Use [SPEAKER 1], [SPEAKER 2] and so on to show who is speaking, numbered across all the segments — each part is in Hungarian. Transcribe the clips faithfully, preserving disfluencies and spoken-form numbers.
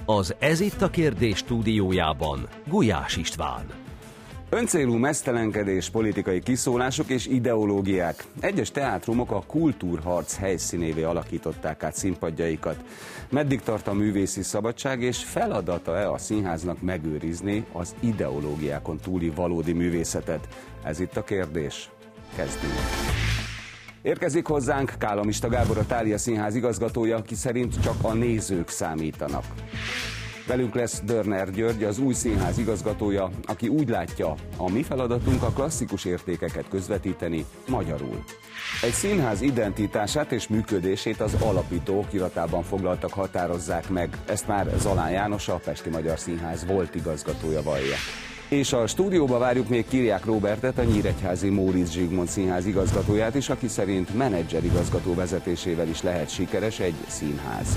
[SPEAKER 1] Az Ez itt a kérdés stúdiójában Gulyás István.
[SPEAKER 2] Öncélú meztelenkedés, politikai kiszólások és ideológiák. Egyes teátrumok a kultúrharc helyszínévé alakították át színpadjaikat. Meddig tart a művészi szabadság, és feladata-e a színháznak megőrizni az ideológiákon túli valódi művészetet? Ez itt a kérdés. Kezdjünk! Érkezik hozzánk Kállamista Gábor, a Thália Színház igazgatója, aki szerint csak a nézők számítanak. Velünk lesz Dörner György, az új színház igazgatója, aki úgy látja, a mi feladatunk a klasszikus értékeket közvetíteni magyarul. Egy színház identitását és működését az alapító okiratában foglaltak határozzák meg. Ezt már Zalán János, a Pesti Magyar Színház volt igazgatója vallja. És a stúdióba várjuk még Kiriák Róbertet, a Nyíregyházi Móricz Zsigmond Színház igazgatóját is, aki szerint menedzser igazgató vezetésével is lehet sikeres egy színház.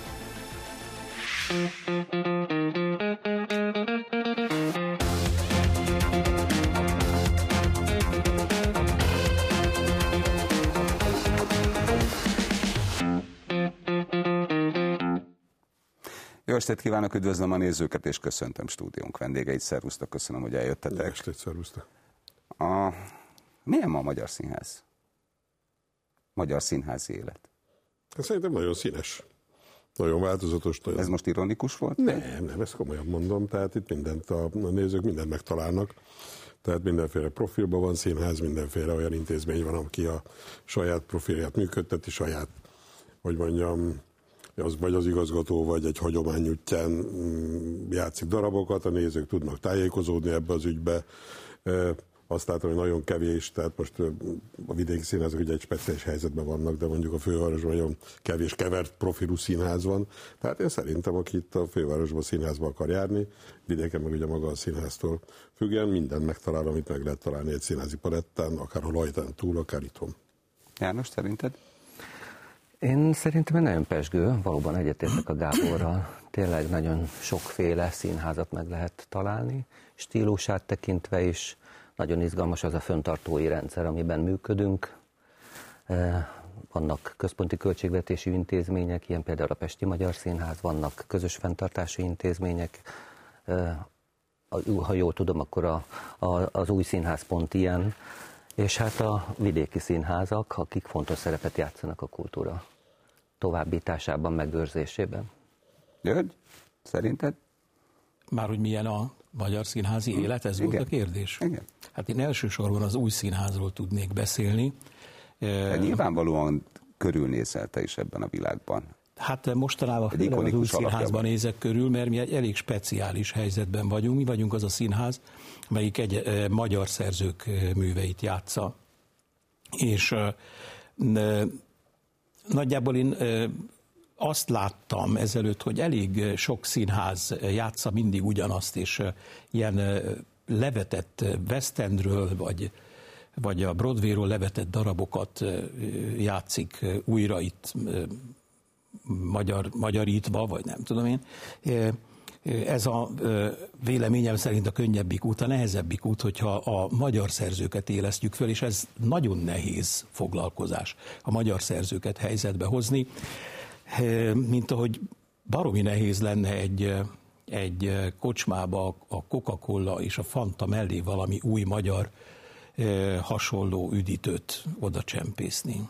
[SPEAKER 2] Jó estét kívánok, üdvözlöm a nézőket, és köszöntöm stúdiónk vendégeit. Szervusztok, köszönöm, hogy eljöttetek.
[SPEAKER 3] Jó estét, szervusztok.
[SPEAKER 2] A... Milyen ma a magyar színház? Magyar színházi élet?
[SPEAKER 3] Szerintem nagyon színes. Nagyon változatos. Nagyon...
[SPEAKER 2] Ez most ironikus volt?
[SPEAKER 3] Nem, nem, ezt komolyan mondom. Tehát itt mindent a, a nézők mindent megtalálnak. Tehát mindenféle profilban van színház, mindenféle olyan intézmény van, aki a saját profilját működteti, saját, hogy mondjam, az, vagy az igazgató, vagy egy hagyomány útján játszik darabokat, a nézők tudnak tájékozódni ebbe az ügybe. Azt látom, hogy nagyon kevés, tehát most a vidéki színházak ugye egy speciális helyzetben vannak, de mondjuk a fővárosban nagyon kevés kevert profilú színház van. Tehát én szerintem, aki itt a fővárosban színházba akar járni, vidéken meg ugye maga a színháztól függően mindent megtalál, amit meg lehet találni egy színházi palettán, akár a Lajtán túl, akár itthon.
[SPEAKER 2] János, szerinted?
[SPEAKER 4] Én szerintem nagyon pezsgő, valóban egyetértek a Gáborral. Tényleg nagyon sokféle színházat meg lehet találni, stílusát tekintve is. Nagyon izgalmas az a fenntartói rendszer, amiben működünk. Vannak központi költségvetési intézmények, ilyen például a Pesti Magyar Színház, vannak közös fenntartási intézmények. Ha jól tudom, akkor a, a, az új színház pont ilyen. És hát a vidéki színházak, akik fontos szerepet játszanak a kultúra továbbításában, megőrzésében.
[SPEAKER 2] György, szerinted?
[SPEAKER 5] Már hogy milyen a magyar színházi élet, ez
[SPEAKER 2] Igen.
[SPEAKER 5] volt a kérdés?
[SPEAKER 2] Igen.
[SPEAKER 5] Hát én elsősorban az új színházról tudnék beszélni.
[SPEAKER 2] De nyilvánvalóan körülnézel te is ebben a világban.
[SPEAKER 5] Hát mostanában főleg az új színházban nézek körül, mert mi egy elég speciális helyzetben vagyunk. Mi vagyunk az a színház, melyik egy e, magyar szerzők műveit játsza. És e, e, nagyjából én e, azt láttam ezelőtt, hogy elég sok színház játsza mindig ugyanazt, és e, ilyen e, levetett West Endről, vagy, vagy a Broadwayról levetett darabokat e, játszik újra itt e, magyar, magyarítva, vagy nem tudom én. Ez a véleményem szerint a könnyebbik út, a nehezebbik út, hogyha a magyar szerzőket élesztjük föl, és ez nagyon nehéz foglalkozás, a magyar szerzőket helyzetbe hozni, mint ahogy baromi nehéz lenne egy, egy kocsmába a Coca-Cola és a Fanta mellé valami új magyar hasonló üdítőt oda csempészni.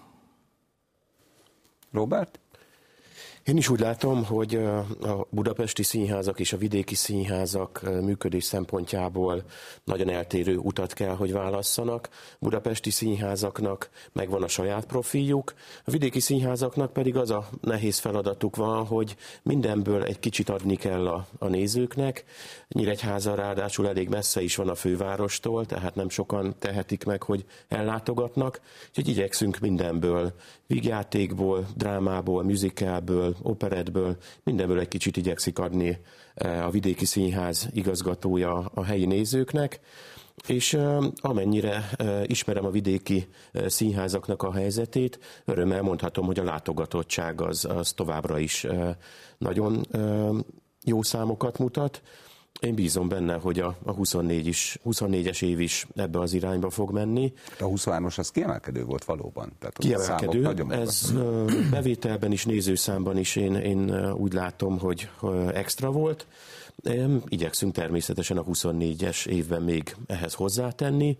[SPEAKER 2] Robert?
[SPEAKER 6] Én is úgy látom, hogy a budapesti színházak és a vidéki színházak működés szempontjából nagyon eltérő utat kell, hogy válasszanak. Budapesti színházaknak megvan a saját profiljuk, a vidéki színházaknak pedig az a nehéz feladatuk van, hogy mindenből egy kicsit adni kell a, a nézőknek. Nyíregyháza ráadásul elég messze is van a fővárostól, tehát nem sokan tehetik meg, hogy ellátogatnak. Úgyhogy igyekszünk mindenből, vígjátékból, drámából, musicalből, operettből, mindenből egy kicsit igyekszik adni a vidéki színház igazgatója a helyi nézőknek, és amennyire ismerem a vidéki színházaknak a helyzetét, örömmel mondhatom, hogy a látogatottság az, az továbbra is nagyon jó számokat mutat. Én bízom benne, hogy a, a huszonnégy is, huszonnégyes év is ebbe az irányba fog menni.
[SPEAKER 2] A huszonhármas az kiemelkedő volt valóban. Tehát
[SPEAKER 6] kiemelkedő. Ez bevételben is, nézőszámban is én, én úgy látom, hogy extra volt. Igyekszünk természetesen a huszonnégyes évben még ehhez hozzátenni.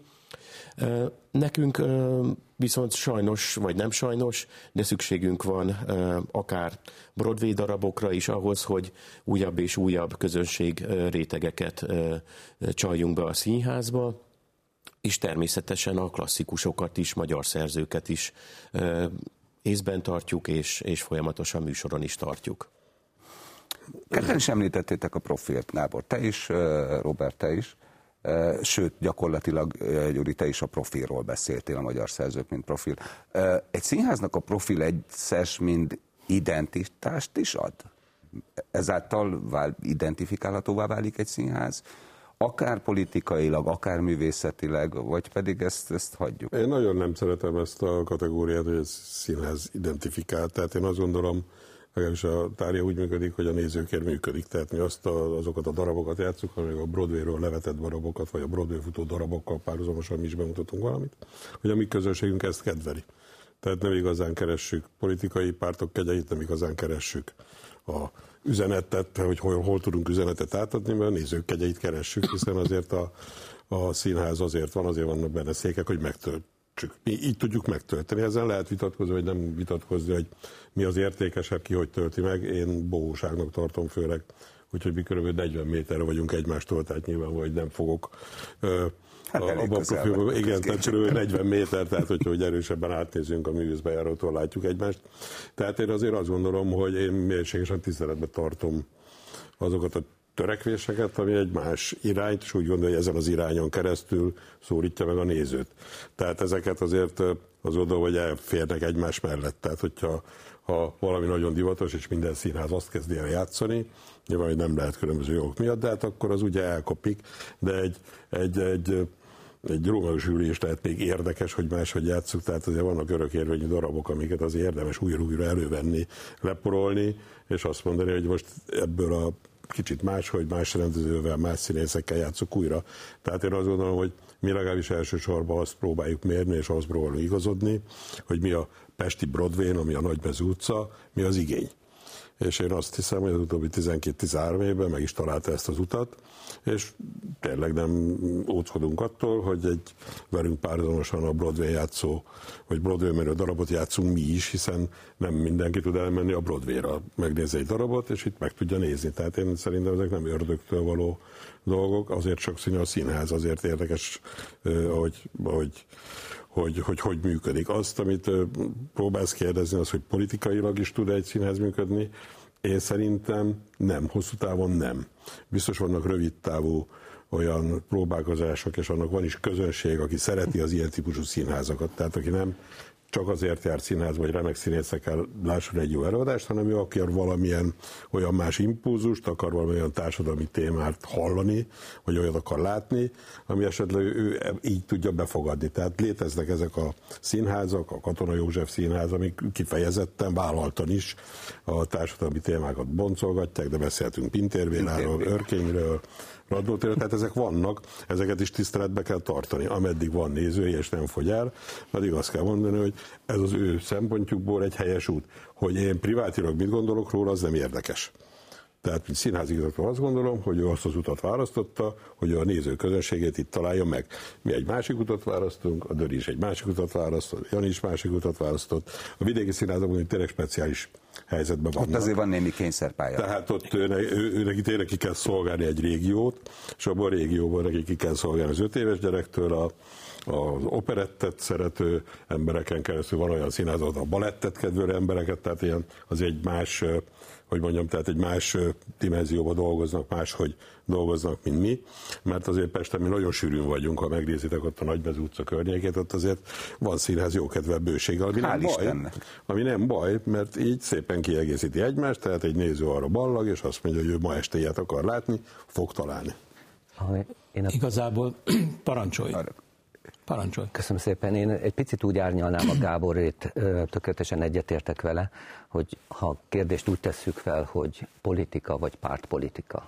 [SPEAKER 6] Nekünk viszont sajnos, vagy nem sajnos, de szükségünk van akár Broadway darabokra is ahhoz, hogy újabb és újabb közönség rétegeket csaljunk be a színházba, és természetesen a klasszikusokat is, magyar szerzőket is észben tartjuk, és, és folyamatosan műsoron is tartjuk.
[SPEAKER 2] Ketten is említettétek a profilt, Gábor, te is, Robert, te is. Sőt, gyakorlatilag, Gyuri, te is a profilról beszéltél, a magyar szerzők, mint profil. Egy színháznak a profil egyszerűen mind identitást is ad? Ezáltal vál, identifikálhatóvá válik egy színház? Akár politikailag, akár művészetileg, vagy pedig ezt, ezt hagyjuk?
[SPEAKER 3] Én nagyon nem szeretem ezt a kategóriát, hogy egy színház identifikál. Tehát én azt gondolom, legalábbis a tárja úgy működik, hogy a nézőkért működik. Tehát mi azt a, azokat a darabokat játszunk, amíg a Broadway-ről levetett darabokat, vagy a Broadway futó darabokkal párhuzamosan mi is bemutatunk valamit, hogy a mi közönségünk ezt kedveli. Tehát nem igazán keressük politikai pártok kegyeit, nem igazán keressük a üzenetet, hogy hol, hol tudunk üzenetet átadni, mert a nézők kegyeit keressük, hiszen azért a, a színház azért van, azért vannak benne székek, hogy megtölt. Mi így tudjuk megtölteni. Ezzel lehet vitatkozni, vagy nem vitatkozni, hogy mi az értékesebb, ki hogy tölti meg. Én bohóságnak tartom főleg, úgyhogy mi kb. negyven méterre vagyunk egymástól, tehát nyilván, hogy nem fogok hát abban a profilban. Igen, tehát kb. negyven méter, tehát hogyha hogy erősebben átnézünk a művészbejárótól, látjuk egymást. Tehát én azért azt gondolom, hogy én mélységesen tiszteletben tartom azokat a törekvéseket, ami egy más irányt, és úgy gondolja, hogy ezen az irányon keresztül szólítja meg a nézőt. Tehát ezeket azért az oda, hogy elférnek egymás mellett. Tehát, hogyha ha valami nagyon divatos, és minden színház azt kezdi el játszani, nyilván, hogy nem lehet különböző jogok miatt, de hát akkor az ugye elkopik, de egy, egy, egy egy Rómeus Július, tehát még érdekes, hogy máshogy játsszuk, tehát azért vannak örökérvényű darabok, amiket azért érdemes újra-újra elővenni, leporolni, és azt mondani, hogy most ebből a kicsit máshogy, más rendezővel, más színészekkel játsszuk újra. Tehát én azt gondolom, hogy mi legalábbis elsősorban azt próbáljuk mérni, és azt próbálunk igazodni, hogy mi a pesti Broadway-n, ami a Nagymező utca, mi az igény. És én azt hiszem, hogy az utóbbi tizenkét-tizenhárom évben meg is találta ezt az utat, és tényleg nem óckodunk attól, hogy egy velünk párhuzamosan a Broadway játszó, vagy Broadway menő darabot játszunk mi is, hiszen nem mindenki tud elmenni a Broadway-ra megnézni egy darabot, és itt meg tudja nézni. Tehát én szerintem ezek nem ördögtől való dolgok, azért sokszínű a színház, azért érdekes, ahogy, ahogy Hogy, hogy hogy működik. Azt, amit próbálsz kérdezni, az, hogy politikailag is tud egy színház működni, én szerintem nem, hosszú távon nem. Biztos vannak rövid távú olyan próbálkozások, és annak van is közönség, aki szereti az ilyen típusú színházakat, tehát aki nem csak azért jár színházba, hogy remek színészekkel lásson egy jó előadást, hanem ő akar valamilyen olyan más impulzust, akar valamilyen társadalmi témát hallani, vagy olyat akar látni, ami esetleg ő így tudja befogadni. Tehát léteznek ezek a színházak, a Katona József Színház, amik kifejezetten vállaltan is a társadalmi témákat boncolgatják, de beszéltünk Pintér Béláról, Örkényről, Radnótérről, tehát ezek vannak, ezeket is tiszteletbe kell tartani. Ameddig van nézője és nem fogy el, addig azt kell mondani, hogy ez az ő szempontjukból egy helyes út. Hogy én privátilag mit gondolok róla, az nem érdekes. Tehát, mint színházigazgató azt gondolom, hogy ő azt az utat választotta, hogy ő a néző közönségét itt találja meg. Mi egy másik utat választunk, a Döri is egy másik utat választott, Jani is másik utat választott. A vidéki színházakban tényleg speciális helyzetben vannak.
[SPEAKER 2] Ott azért van némi kényszerpálya.
[SPEAKER 3] Tehát ott ő, ő, ő, neki tényleg ki kell szolgálni egy régiót, és abban a régióban neki ki kell szolgálni az öt éves gyerektől a az operettet szerető embereken keresztül, van olyan színház, a balettet kedvelő embereket, tehát ilyen az egy más, hogy mondjam, tehát egy más dimenzióban dolgoznak, máshogy dolgoznak, mint mi, mert azért Pesten mi nagyon sűrűn vagyunk, ha megnézitek ott a Nagymező utca környékét, ott azért van színház jókedvel bőséggel, ami nem baj, ami nem baj, mert így szépen kiegészíti egymást, tehát egy néző arra ballag, és azt mondja, hogy ő ma este ilyet akar látni, fog találni.
[SPEAKER 5] Én a... Igazából parancsolj. Parancsolj.
[SPEAKER 4] Köszönöm szépen. Én egy picit úgy árnyalnám a Gáborét, tökéletesen egyetértek vele, hogy ha kérdést úgy tesszük fel, hogy politika vagy pártpolitika,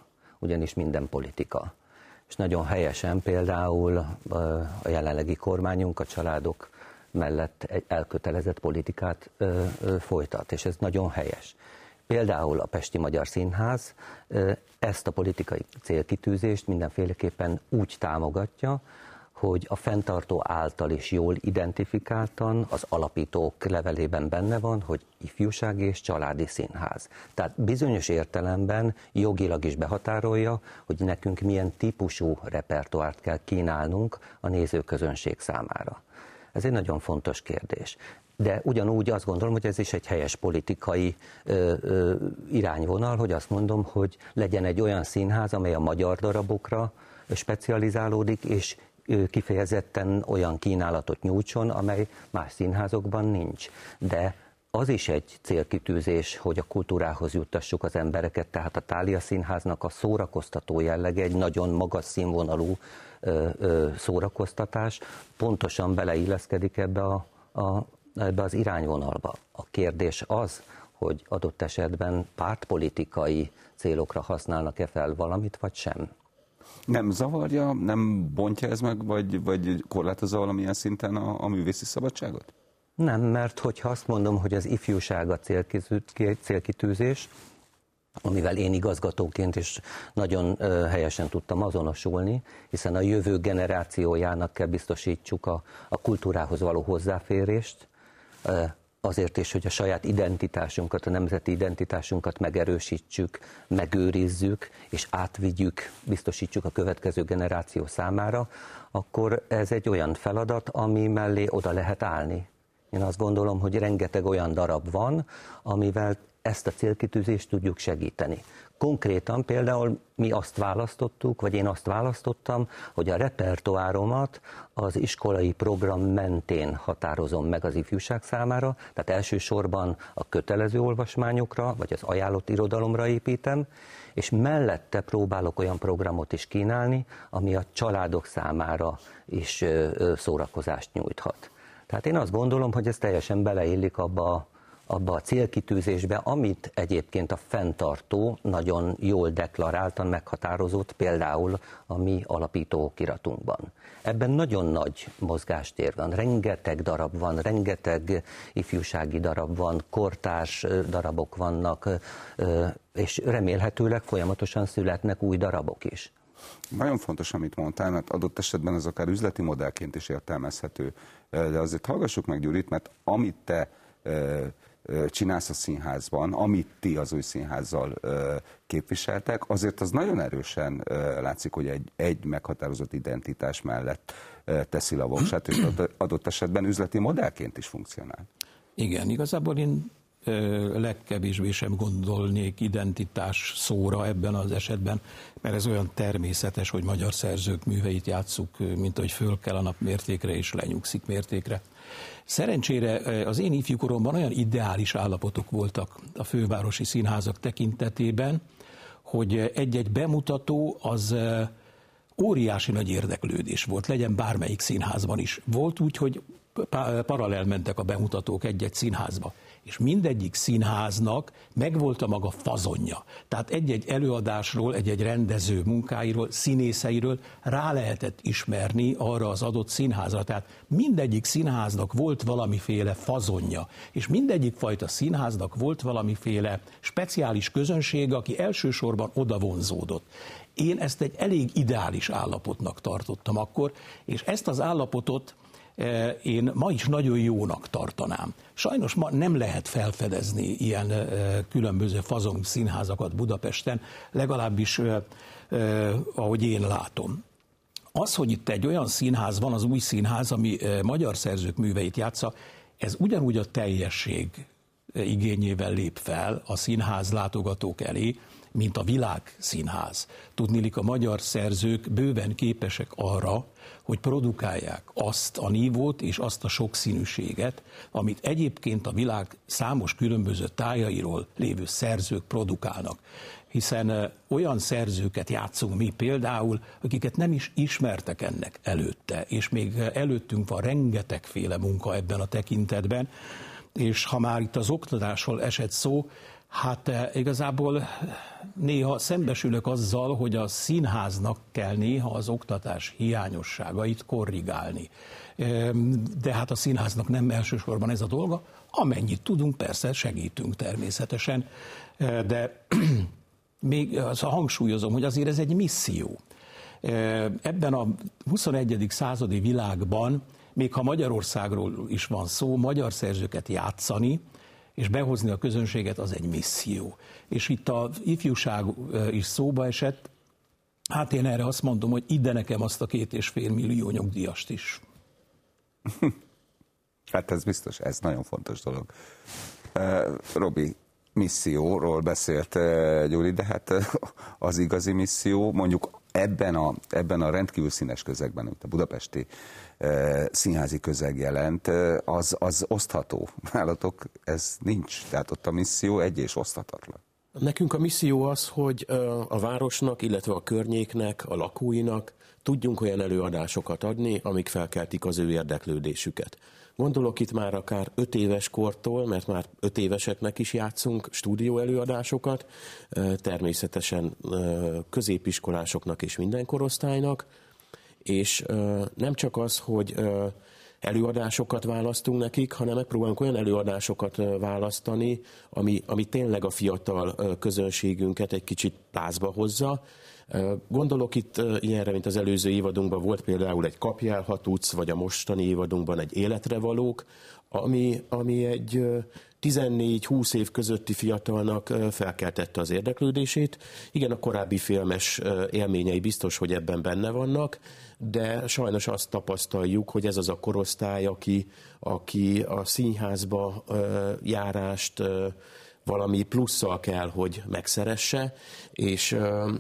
[SPEAKER 4] ugyanis minden politika. És nagyon helyesen például a jelenlegi kormányunk a családok mellett egy elkötelezett politikát ö, ö, folytat, és ez nagyon helyes. Például a Pesti Magyar Színház ö, ezt a politikai célkitűzést mindenféleképpen úgy támogatja, hogy a fenntartó által is jól identifikáltan, az alapítók levelében benne van, hogy ifjúsági és családi színház. Tehát bizonyos értelemben jogilag is behatárolja, hogy nekünk milyen típusú repertoárt kell kínálnunk a nézőközönség számára. Ez egy nagyon fontos kérdés. De ugyanúgy azt gondolom, hogy ez is egy helyes politikai ö, ö, irányvonal, hogy azt mondom, hogy legyen egy olyan színház, amely a magyar darabokra specializálódik, és kifejezetten olyan kínálatot nyújtson, amely más színházokban nincs. De az is egy célkitűzés, hogy a kultúrához juttassuk az embereket, tehát a Thália Színháznak a szórakoztató jellege egy nagyon magas színvonalú ö, ö, szórakoztatás, pontosan beleilleszkedik ebbe, a, a, ebbe az irányvonalba. A kérdés az, hogy adott esetben pártpolitikai célokra használnak-e fel valamit, vagy sem.
[SPEAKER 2] Nem zavarja, nem bontja ez meg, vagy, vagy korlátozza valamilyen szinten a, a művészi szabadságot?
[SPEAKER 4] Nem, mert hogyha azt mondom, hogy az ifjúság a célkitűzés, amivel én igazgatóként is nagyon helyesen tudtam azonosulni, hiszen a jövő generációjának kell biztosítsuk a, a kultúrához való hozzáférést, azért is, hogy a saját identitásunkat, a nemzeti identitásunkat megerősítsük, megőrizzük és átvigyük, biztosítsuk a következő generáció számára, akkor ez egy olyan feladat, ami mellé oda lehet állni. Én azt gondolom, hogy rengeteg olyan darab van, amivel ezt a célkitűzést tudjuk segíteni. Konkrétan például mi azt választottuk, vagy én azt választottam, hogy a repertoáromat az iskolai program mentén határozom meg az ifjúság számára, tehát elsősorban a kötelező olvasmányokra, vagy az ajánlott irodalomra építem, és mellette próbálok olyan programot is kínálni, ami a családok számára is szórakozást nyújthat. Tehát én azt gondolom, hogy ez teljesen beleillik abba abba a célkitűzésbe, amit egyébként a fenntartó nagyon jól deklaráltan meghatározott, például a mi alapító okiratunkban. Ebben nagyon nagy mozgástér van, rengeteg darab van, rengeteg ifjúsági darab van, kortárs darabok vannak, és remélhetőleg folyamatosan születnek új darabok is.
[SPEAKER 2] Nagyon fontos, amit mondtál, mert adott esetben ez akár üzleti modellként is értelmezhető. De azért hallgassuk meg Gyurit, mert amit te csinálsz a színházban, amit ti az új színházzal képviseltek, azért az nagyon erősen látszik, hogy egy, egy meghatározott identitás mellett teszi a voksát, és adott esetben üzleti modellként is funkcionál.
[SPEAKER 5] Igen, igazából én legkevésbé sem gondolnék identitás szóra ebben az esetben, mert ez olyan természetes, hogy magyar szerzők műveit játsszuk, mint hogy föl kell a nap mértékre és lenyugszik mértékre. Szerencsére az én ifjúkoromban olyan ideális állapotok voltak a fővárosi színházak tekintetében, hogy egy-egy bemutató az óriási nagy érdeklődés volt, legyen bármelyik színházban is. Volt úgy, hogy paralel mentek a bemutatók egy-egy színházba, és mindegyik színháznak megvolt a maga fazonja. Tehát egy-egy előadásról, egy-egy rendező munkáiról, színészeiről rá lehetett ismerni arra az adott színházra. Tehát mindegyik színháznak volt valamiféle fazonja, és mindegyik fajta színháznak volt valamiféle speciális közönség, aki elsősorban oda vonzódott. Én ezt egy elég ideális állapotnak tartottam akkor, és ezt az állapotot én ma is nagyon jónak tartanám. Sajnos ma nem lehet felfedezni ilyen különböző fazonú színházakat Budapesten, legalábbis ahogy én látom. Az, hogy itt egy olyan színház van, az új színház, ami magyar szerzők műveit játsza, ez ugyanúgy a teljesség igényével lép fel a színház látogatók elé, mint a világszínház. Tudniillik, a magyar szerzők bőven képesek arra, hogy produkálják azt a nívót és azt a sokszínűséget, amit egyébként a világ számos különböző tájairól lévő szerzők produkálnak. Hiszen olyan szerzőket játszunk mi például, akiket nem is ismertek ennek előtte, és még előttünk van rengetegféle munka ebben a tekintetben, és ha már itt az oktatásról esett szó, Hát igazából néha szembesülök azzal, hogy a színháznak kell néha az oktatás hiányosságait korrigálni. De hát a színháznak nem elsősorban ez a dolga, amennyit tudunk, persze segítünk természetesen, de még azt hangsúlyozom, hogy azért ez egy misszió. Ebben a huszonegyedik századi világban, még ha Magyarországról is van szó, magyar szerzőket játszani, és behozni a közönséget, az egy misszió. És itt az ifjúság is szóba esett, hát én erre azt mondom, hogy ide nekem azt a két és fél millió nyugdíjast is.
[SPEAKER 2] Hát ez biztos, ez nagyon fontos dolog. Uh, Robi, misszióról beszélt uh, Gyuri, de hát uh, az igazi misszió, mondjuk ebben a, ebben a rendkívül színes közegben, amit a budapesti uh, színházi közeg jelent, uh, az, az osztható. Nálatok ez nincs, tehát ott a misszió egy és oszthatatlan.
[SPEAKER 6] Nekünk a misszió az, hogy a városnak, illetve a környéknek, a lakóinak tudjunk olyan előadásokat adni, amik felkeltik az ő érdeklődésüket. Gondolok itt már akár öt éves kortól, mert már öt éveseknek is játszunk stúdió előadásokat, természetesen középiskolásoknak és minden korosztálynak, és nem csak az, hogy előadásokat választunk nekik, hanem megpróbálunk olyan előadásokat választani, ami, ami tényleg a fiatal közönségünket egy kicsit lázba hozza. Gondolok itt ilyenre, mint az előző évadunkban volt például egy Kapjál, ha tudsz, vagy a mostani évadunkban egy Életre valók, ami, ami egy tizennégy-húsz év közötti fiatalnak felkeltette az érdeklődését. Igen, a korábbi filmes élményei biztos, hogy ebben benne vannak, de sajnos azt tapasztaljuk, hogy ez az a korosztály, aki, aki a színházba járást valami plusszal kell, hogy megszeresse, és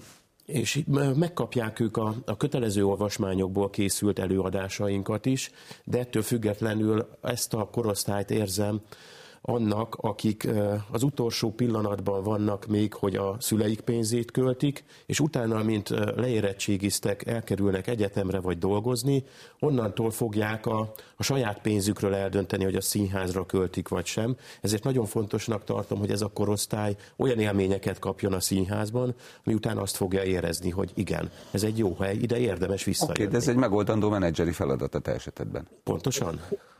[SPEAKER 6] és megkapják ők a, a kötelező olvasmányokból készült előadásainkat is, de ettől függetlenül ezt a korosztályt érzem annak, akik az utolsó pillanatban vannak még, hogy a szüleik pénzét költik, és utána, mint leérettségiztek, elkerülnek egyetemre vagy dolgozni, onnantól fogják a, a saját pénzükről eldönteni, hogy a színházra költik vagy sem. Ezért nagyon fontosnak tartom, hogy ez a korosztály olyan élményeket kapjon a színházban, miután azt fogja érezni, hogy igen, ez egy jó hely, ide érdemes visszajönni.
[SPEAKER 2] Oké, de ez egy megoldandó menedzseri feladat a te esetedben.
[SPEAKER 6] Pontosan.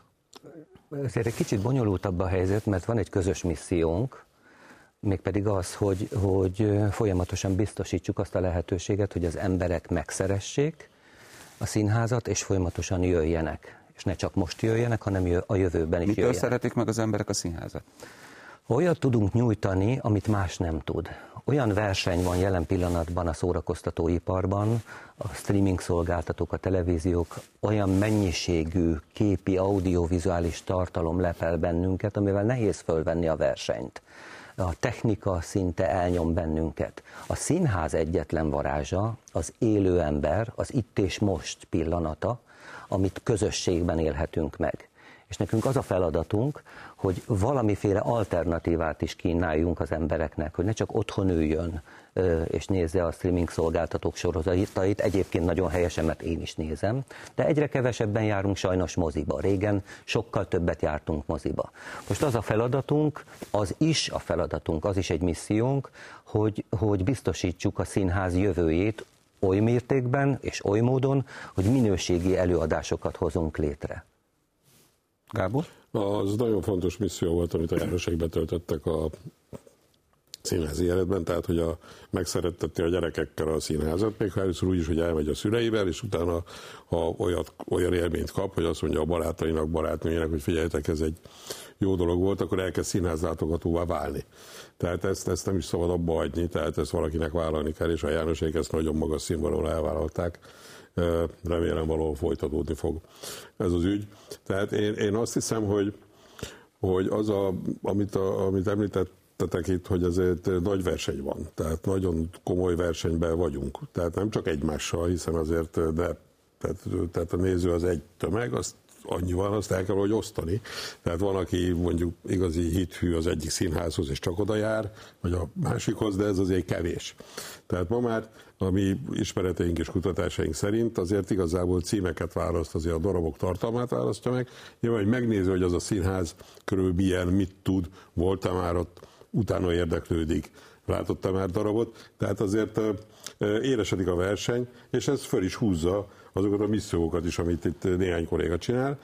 [SPEAKER 4] Ezért egy kicsit bonyolultabb a helyzet, mert van egy közös missziónk, mégpedig az, hogy, hogy folyamatosan biztosítsuk azt a lehetőséget, hogy az emberek megszeressék a színházat, és folyamatosan jöjjenek. És ne csak most jöjjenek, hanem a jövőben is
[SPEAKER 2] Mitől
[SPEAKER 4] jöjjenek.
[SPEAKER 2] szeretik meg az emberek a színházat?
[SPEAKER 4] Olyat tudunk nyújtani, amit más nem tud. Olyan verseny van jelen pillanatban a szórakoztatóiparban, a streaming szolgáltatók, a televíziók, olyan mennyiségű képi, audiovizuális tartalom lepel bennünket, amivel nehéz fölvenni a versenyt. A technika szinte elnyom bennünket. A színház egyetlen varázsa, az élő ember, az itt és most pillanata, amit közösségben élhetünk meg. És nekünk az a feladatunk, hogy valamiféle alternatívát is kínáljunk az embereknek, hogy ne csak otthon üljön és nézze a streaming szolgáltatók sorozatait, egyébként nagyon helyesen, mert én is nézem, de egyre kevesebben járunk sajnos moziba. Régen sokkal többet jártunk moziba. Most az a feladatunk, az is a feladatunk, az is egy missziónk, hogy, hogy biztosítsuk a színház jövőjét oly mértékben és oly módon, hogy minőségi előadásokat hozunk létre.
[SPEAKER 2] Gábor?
[SPEAKER 3] Az nagyon fontos misszió volt, amit a Jánosék betöltöttek a színházi életben, tehát hogy a, megszerettetni a gyerekekkel a színházat, még ha először úgy is, hogy elmegy a szüleivel, és utána ha olyat, olyan élményt kap, hogy azt mondja a barátainak, barátnőjének, hogy figyeljetek, ez egy jó dolog volt, akkor elkezd színházlátogatóvá válni. Tehát ezt, ezt nem is szabad abba hagyni, tehát ezt valakinek vállalni kell, és a Jánosék ezt nagyon magas színvonalon elvállalták. Remélem valahol folytatódni fog ez az ügy. Tehát én, én azt hiszem, hogy, hogy az, a, amit, a, amit említettetek itt, hogy azért nagy verseny van. Tehát nagyon komoly versenyben vagyunk. Tehát nem csak egymással, hiszen azért, de tehát, tehát a néző az egy tömeg, azt annyi van, azt el kell, hogy osztani. Tehát van, aki mondjuk igazi hithű az egyik színházhoz, és csak oda jár, vagy a másikhoz, de ez azért kevés. Tehát ma már a mi ismereteink és kutatásaink szerint azért igazából címeket választ, azért a darabok tartalmát választja meg. Nyilván, hogy megnéző, hogy az a színház körülbelül milyen, mit tud, volt-e már ott utána érdeklődik. Látottam már darabot, tehát azért élesedik a verseny, és ez föl is húzza azokat a missziókat is, amit itt néhány kolléga csinál,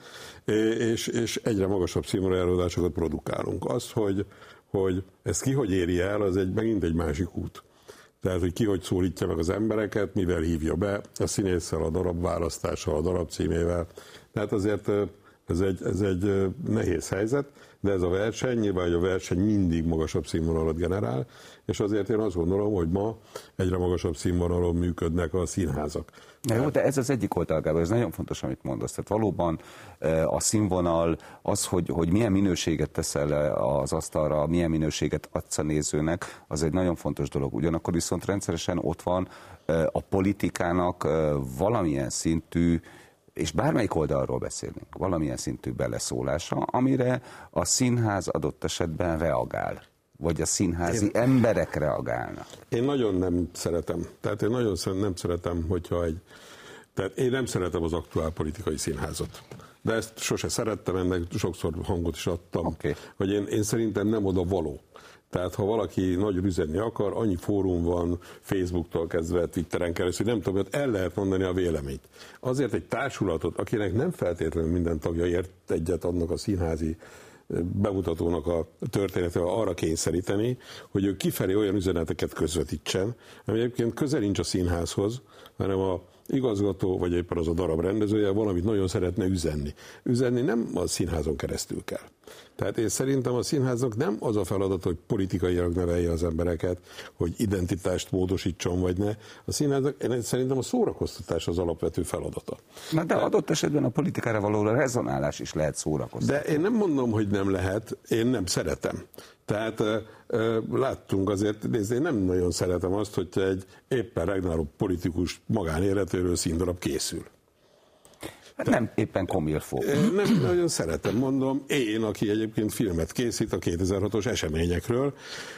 [SPEAKER 3] és, és egyre magasabb színvonalú előadásokat produkálunk. Az, hogy, hogy ezt ki hogy éri el, az egy, megint egy másik út. Tehát, hogy ki hogy szólítja meg az embereket, mivel hívja be, a színésszel, a darab választással, a darab címével. Tehát azért ez egy, ez egy nehéz helyzet, de ez a verseny, nyilván, hogy a verseny mindig magasabb színvonalat generál, és azért én azt gondolom, hogy ma egyre magasabb színvonalon működnek a színházak.
[SPEAKER 2] Na jó, de ez az egyik oldalában, ez nagyon fontos, amit mondasz. Tehát valóban a színvonal, az, hogy, hogy milyen minőséget teszel az asztalra, milyen minőséget adsz a nézőnek, az egy nagyon fontos dolog. Ugyanakkor viszont rendszeresen ott van a politikának valamilyen szintű, és bármelyik oldalról beszélünk, valamilyen szintű beleszólása, amire a színház adott esetben reagál, vagy a színházi én, emberek reagálnak.
[SPEAKER 3] Én nagyon nem szeretem, tehát én nagyon nem szeretem, hogyha egy, tehát én nem szeretem az aktuál politikai színházat. De ezt sose szerettem, ennek sokszor hangot is adtam, okay. hogy én, én szerintem nem oda való. Tehát ha valaki nagyon üzenni akar, annyi fórum van, Facebooktól kezdve, Twitteren keresztül, nem tudom, hogy el lehet mondani a véleményt. Azért egy társulatot, akinek nem feltétlenül minden tagja ért egyet annak a színházi bemutatónak a történetével arra kényszeríteni, hogy ő kifelé olyan üzeneteket közvetítsen, ami egyébként közel nincs a színházhoz, hanem a igazgató, vagy éppen az a darab rendezője valamit nagyon szeretne üzenni. Üzenni nem a színházon keresztül kell. Tehát én szerintem a színháznak nem az a feladat, hogy politikailag nevelje az embereket, hogy identitást módosítson, vagy ne. A színháznak én szerintem a szórakoztatás az alapvető feladata.
[SPEAKER 2] Na de adott esetben a politikára való rezonálás is lehet szórakoztató.
[SPEAKER 3] De én nem mondom, hogy nem lehet, én nem szeretem. Tehát uh, uh, láttunk azért, nézd, én nem nagyon szeretem azt, hogy egy éppen regnáló politikus magánéletéről színdarab készül.
[SPEAKER 2] Hát nem éppen komilfó.
[SPEAKER 3] Nem nagyon szeretem, mondom, én, aki egyébként filmet készít a kétezer-hatos eseményekről,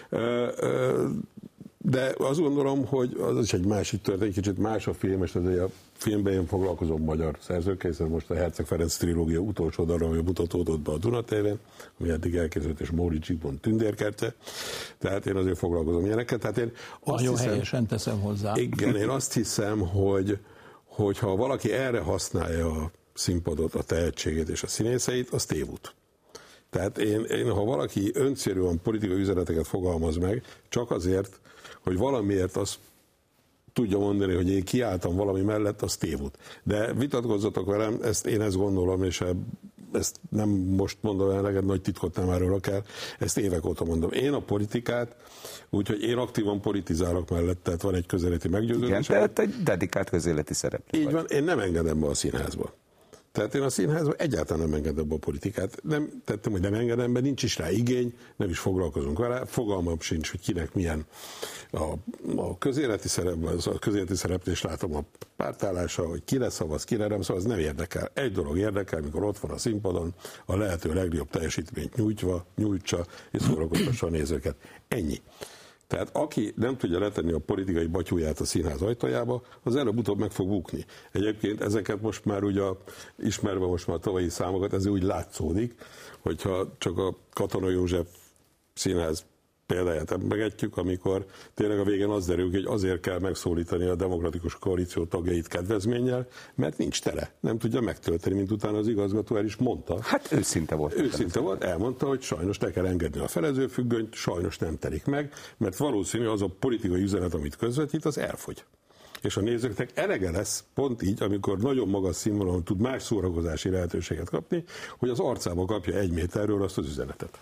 [SPEAKER 3] de azt gondolom, hogy az is egy másik történet, egy kicsit más a film, és a filmben én foglalkozom magyar szerzőkkel, hiszen most a Herceg Ferenc trilógia utolsó darabja mutatódott be a Duna té vén, ami eddig elkészült, és Móricz Zsigmond Tündérkertje, tehát én azért foglalkozom ilyeneket. Tehát én azt
[SPEAKER 5] Nagyon
[SPEAKER 3] hiszem,
[SPEAKER 5] helyesen teszem hozzá.
[SPEAKER 3] Igen, én azt hiszem, hogy hogyha valaki erre használja a színpadot, a tehetségét és a színészeit, az tévút. Tehát én, én, ha valaki öncélúan politikai üzeneteket fogalmaz meg, csak azért, hogy valamiért azt tudja mondani, hogy én kiálltam valami mellett, az tévút. De vitatkozzatok velem, ezt én ezt gondolom, és ezt nem most mondom el, neked nagy titkot nem árulok el, ezt évek óta mondom. Én a politikát, úgyhogy én aktívan politizálok mellett, tehát van egy közéleti meggyőződés.
[SPEAKER 2] Igen, tehát egy dedikált közéleti szereplő.
[SPEAKER 3] Így van, én nem engedem be a színházba. Tehát én a színházban egyáltalán nem engedem be a politikát. Nem tettem, hogy nem engedem be, nincs is rá igény, nem is foglalkozunk vele, fogalmam sincs, hogy kinek milyen a, a közéleti szerepben, a közéleti szereplés látom a pártállása, hogy ki lesz szavaz, kire nem szavaz, nem érdekel. Egy dolog érdekel, mikor ott van a színpadon, a lehető legjobb teljesítményt nyújtva, nyújtsa és szórakoztassa a nézőket. Ennyi. Tehát aki nem tudja letenni a politikai batyúját a színház ajtajába, az előbb-utóbb meg fog bukni. Egyébként ezeket most már ugye, ismerve most már a tavalyi számokat, ez úgy látszódik, hogyha csak a Katona József Színház példáját emlegetjük, amikor tényleg a végén az derül, hogy azért kell megszólítani a Demokratikus Koalíció tagjait kedvezménnyel, mert nincs tere. Nem tudja megtölteni, mint utána az igazgató el is mondta.
[SPEAKER 2] Hát őszinte volt.
[SPEAKER 3] Őszinte volt, elmondta, hogy sajnos ne kell engedni a felezőfüggönyt, sajnos nem telik meg, mert valószínű az a politikai üzenet, amit közvetít, az elfogy. És a nézőknek elege lesz, pont így, amikor nagyon magas színvonalon tud más szórakozási lehetőséget kapni, hogy az arcába kapja egy méterről azt az üzenetet.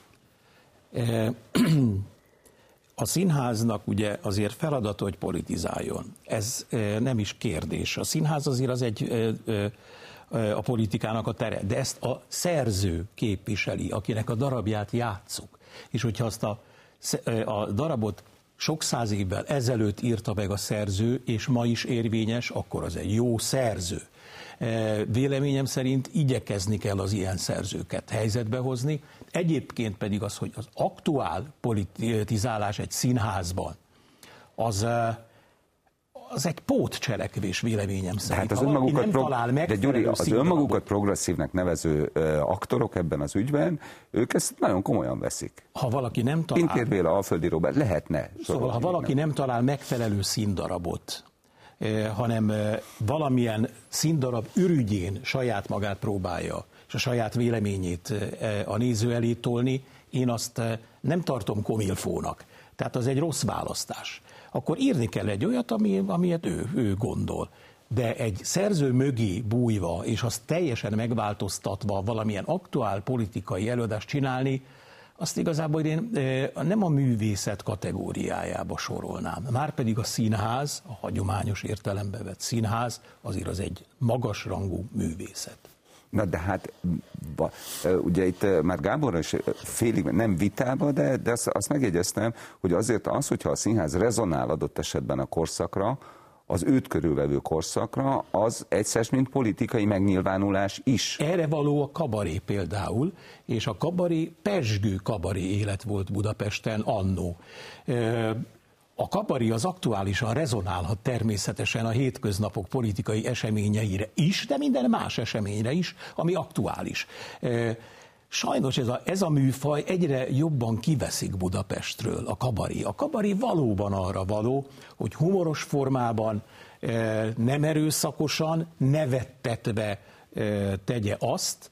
[SPEAKER 5] A színháznak ugye azért feladata, hogy politizáljon. Ez nem is kérdés. A színház azért az egy a politikának a tere, de ezt a szerző képviseli, akinek a darabját játsszuk. És hogyha azt a, a darabot sok száz évvel ezelőtt írta meg a szerző, és ma is érvényes, akkor az egy jó szerző. Véleményem szerint igyekezni kell az ilyen szerzőket helyzetbe hozni. Egyébként pedig az, hogy az aktuál politizálás egy színházban, az az egy pótcselekvés véleményem szerint.
[SPEAKER 2] Hát az
[SPEAKER 5] ha valaki nem
[SPEAKER 2] pro...
[SPEAKER 5] talál
[SPEAKER 2] De Gyuri, az
[SPEAKER 5] színdarabot...
[SPEAKER 2] önmagukat progresszívnek nevező uh, aktorok ebben az ügyben, ők ezt nagyon komolyan veszik.
[SPEAKER 5] Ha valaki nem talál...
[SPEAKER 2] Pintér Béla, Alföldi Róbert, lehetne.
[SPEAKER 5] Szóval, ha valaki nem. nem talál megfelelő színdarabot, eh, hanem eh, valamilyen színdarab ürügyén saját magát próbálja, és a saját véleményét eh, a néző elé tolni, én azt eh, nem tartom komilfónak. Tehát az egy rossz választás. Akkor írni kell egy olyat, ami, amilyet ő, ő gondol. De egy szerző mögé bújva, és azt teljesen megváltoztatva valamilyen aktuál politikai előadást csinálni, azt igazából én nem a művészet kategóriájába sorolnám. Márpedig a színház, a hagyományos értelembe vett színház, azért az egy magasrangú művészet.
[SPEAKER 2] Na de hát, ugye itt már Gáborra is félig, nem vitába, de, de azt, azt megjegyeztem, hogy azért az, hogyha a színház rezonál adott esetben a korszakra, az őt körülvevő korszakra, az egyszer, mint politikai megnyilvánulás is.
[SPEAKER 5] Erre való a kabaré például, és a kabaré pezsgő kabaré élet volt Budapesten annó. A kabaré az aktuálisan rezonálhat természetesen a hétköznapok politikai eseményeire is, de minden más eseményre is, ami aktuális. Sajnos ez a, ez a műfaj egyre jobban kiveszik Budapestről, a kabaré. A kabaré valóban arra való, hogy humoros formában, nem erőszakosan, nevettetve tegye azt,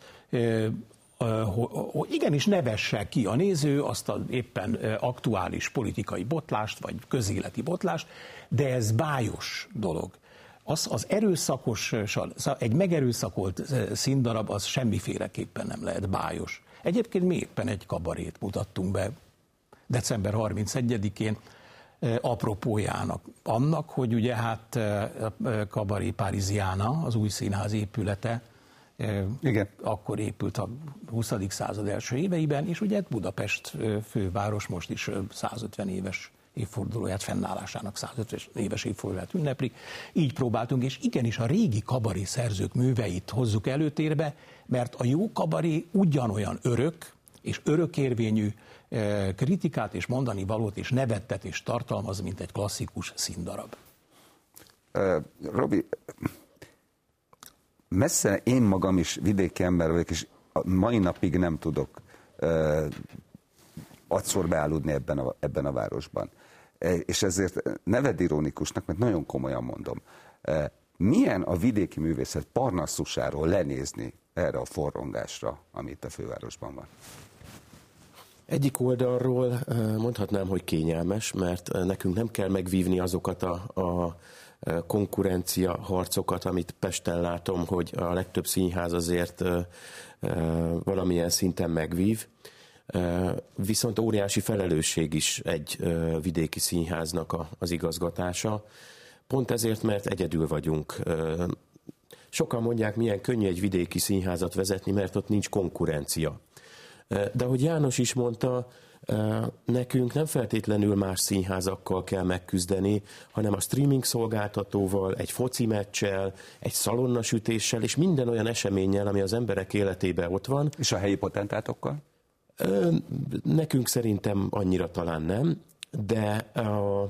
[SPEAKER 5] hogy igenis nevesse ki a néző azt az éppen aktuális politikai botlást, vagy közéleti botlást, de ez bájos dolog. Az, az erőszakos, egy megerőszakolt színdarab, az semmiféleképpen nem lehet bájos. Egyébként mi éppen egy kabarét mutattunk be december harmincegyedikén, apropójának annak, hogy ugye hát Kabaré Parisiana, az új színház épülete, igen. Akkor épült a huszadik század első éveiben, és ugye Budapest főváros most is százötven éves évfordulóját, fennállásának százötven éves évfordulóját ünneplik. Így próbáltunk, és igenis a régi kabaré szerzők műveit hozzuk előtérbe, mert a jó kabaré ugyanolyan örök és örökérvényű kritikát és mondani valót és nevettetést tartalmaz, mint egy klasszikus színdarab.
[SPEAKER 2] Uh, Robi, messze én magam is vidéki ember vagyok, és a mai napig nem tudok uh, adszor beáludni ebben a, ebben a városban. És ezért ne vedd ironikusnak, mert nagyon komolyan mondom. Milyen a vidéki művészet Parnassusáról lenézni erre a forrongásra, ami itt a fővárosban van?
[SPEAKER 6] Egyik oldalról mondhatnám, hogy kényelmes, mert nekünk nem kell megvívni azokat a, a konkurencia harcokat, amit Pesten látom, hogy a legtöbb színház azért valamilyen szinten megvív. Viszont óriási felelősség is egy vidéki színháznak az igazgatása. Pont ezért, mert egyedül vagyunk. Sokan mondják, milyen könnyű egy vidéki színházat vezetni, mert ott nincs konkurencia. De ahogy János is mondta, nekünk nem feltétlenül más színházakkal kell megküzdeni, hanem a streaming szolgáltatóval, egy foci meccsel, egy szalonnasütéssel, és minden olyan eseménnyel, ami az emberek életében ott van.
[SPEAKER 2] És a helyi potentátokkal?
[SPEAKER 6] Nekünk szerintem annyira talán nem, de a,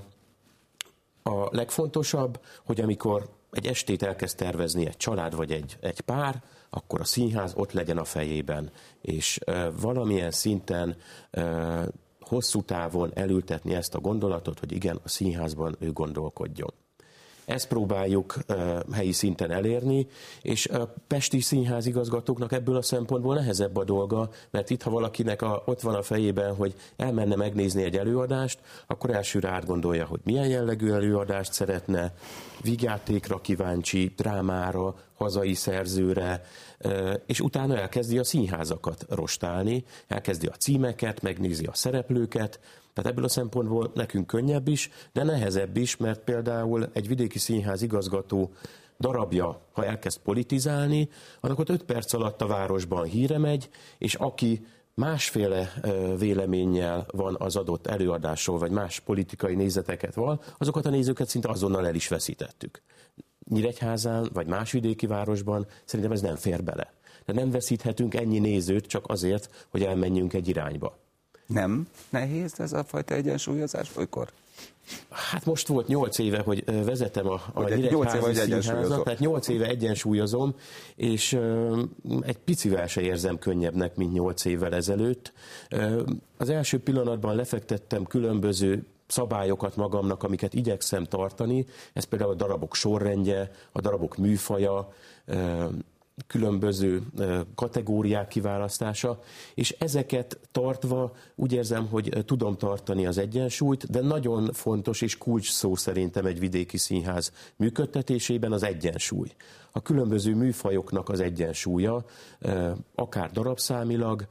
[SPEAKER 6] a legfontosabb, hogy amikor egy estét elkezd tervezni egy család vagy egy, egy pár, akkor a színház ott legyen a fejében, és e, valamilyen szinten e, hosszú távon elültetni ezt a gondolatot, hogy igen, a színházban ő gondolkodjon. Ezt próbáljuk uh, helyi szinten elérni, és a pesti színház igazgatóknak ebből a szempontból nehezebb a dolga, mert itt, ha valakinek a, ott van a fejében, hogy elmenne megnézni egy előadást, akkor elsőre átgondolja, hogy milyen jellegű előadást szeretne, vígjátékra kíváncsi, drámára, hazai szerzőre, uh, és utána elkezdi a színházakat rostálni, elkezdi a címeket, megnézi a szereplőket. Tehát ebből a szempontból nekünk könnyebb is, de nehezebb is, mert például egy vidéki színház igazgató darabja, ha elkezd politizálni, annak ott öt perc alatt a városban híre megy, és aki másféle véleménnyel van az adott előadásról, vagy más politikai nézeteket van, azokat a nézőket szinte azonnal el is veszítettük. Nyíregyházán, vagy más vidéki városban szerintem ez nem fér bele. De nem veszíthetünk ennyi nézőt csak azért, hogy elmenjünk egy irányba.
[SPEAKER 2] Nem nehéz ez a fajta egyensúlyozás olykor?
[SPEAKER 6] Hát most volt nyolc éve, hogy vezetem a, a Nyíregyházi Színházat, tehát nyolc éve egyensúlyozom, és uh, egy picivel se érzem könnyebbnek, mint nyolc évvel ezelőtt. Uh, az első pillanatban lefektettem különböző szabályokat magamnak, amiket igyekszem tartani, ez például a darabok sorrendje, a darabok műfaja, uh, különböző kategóriák kiválasztása, és ezeket tartva úgy érzem, hogy tudom tartani az egyensúlyt, de nagyon fontos és kulcs szó szerintem egy vidéki színház működtetésében az egyensúly. A különböző műfajoknak az egyensúlya, akár darabszámilag,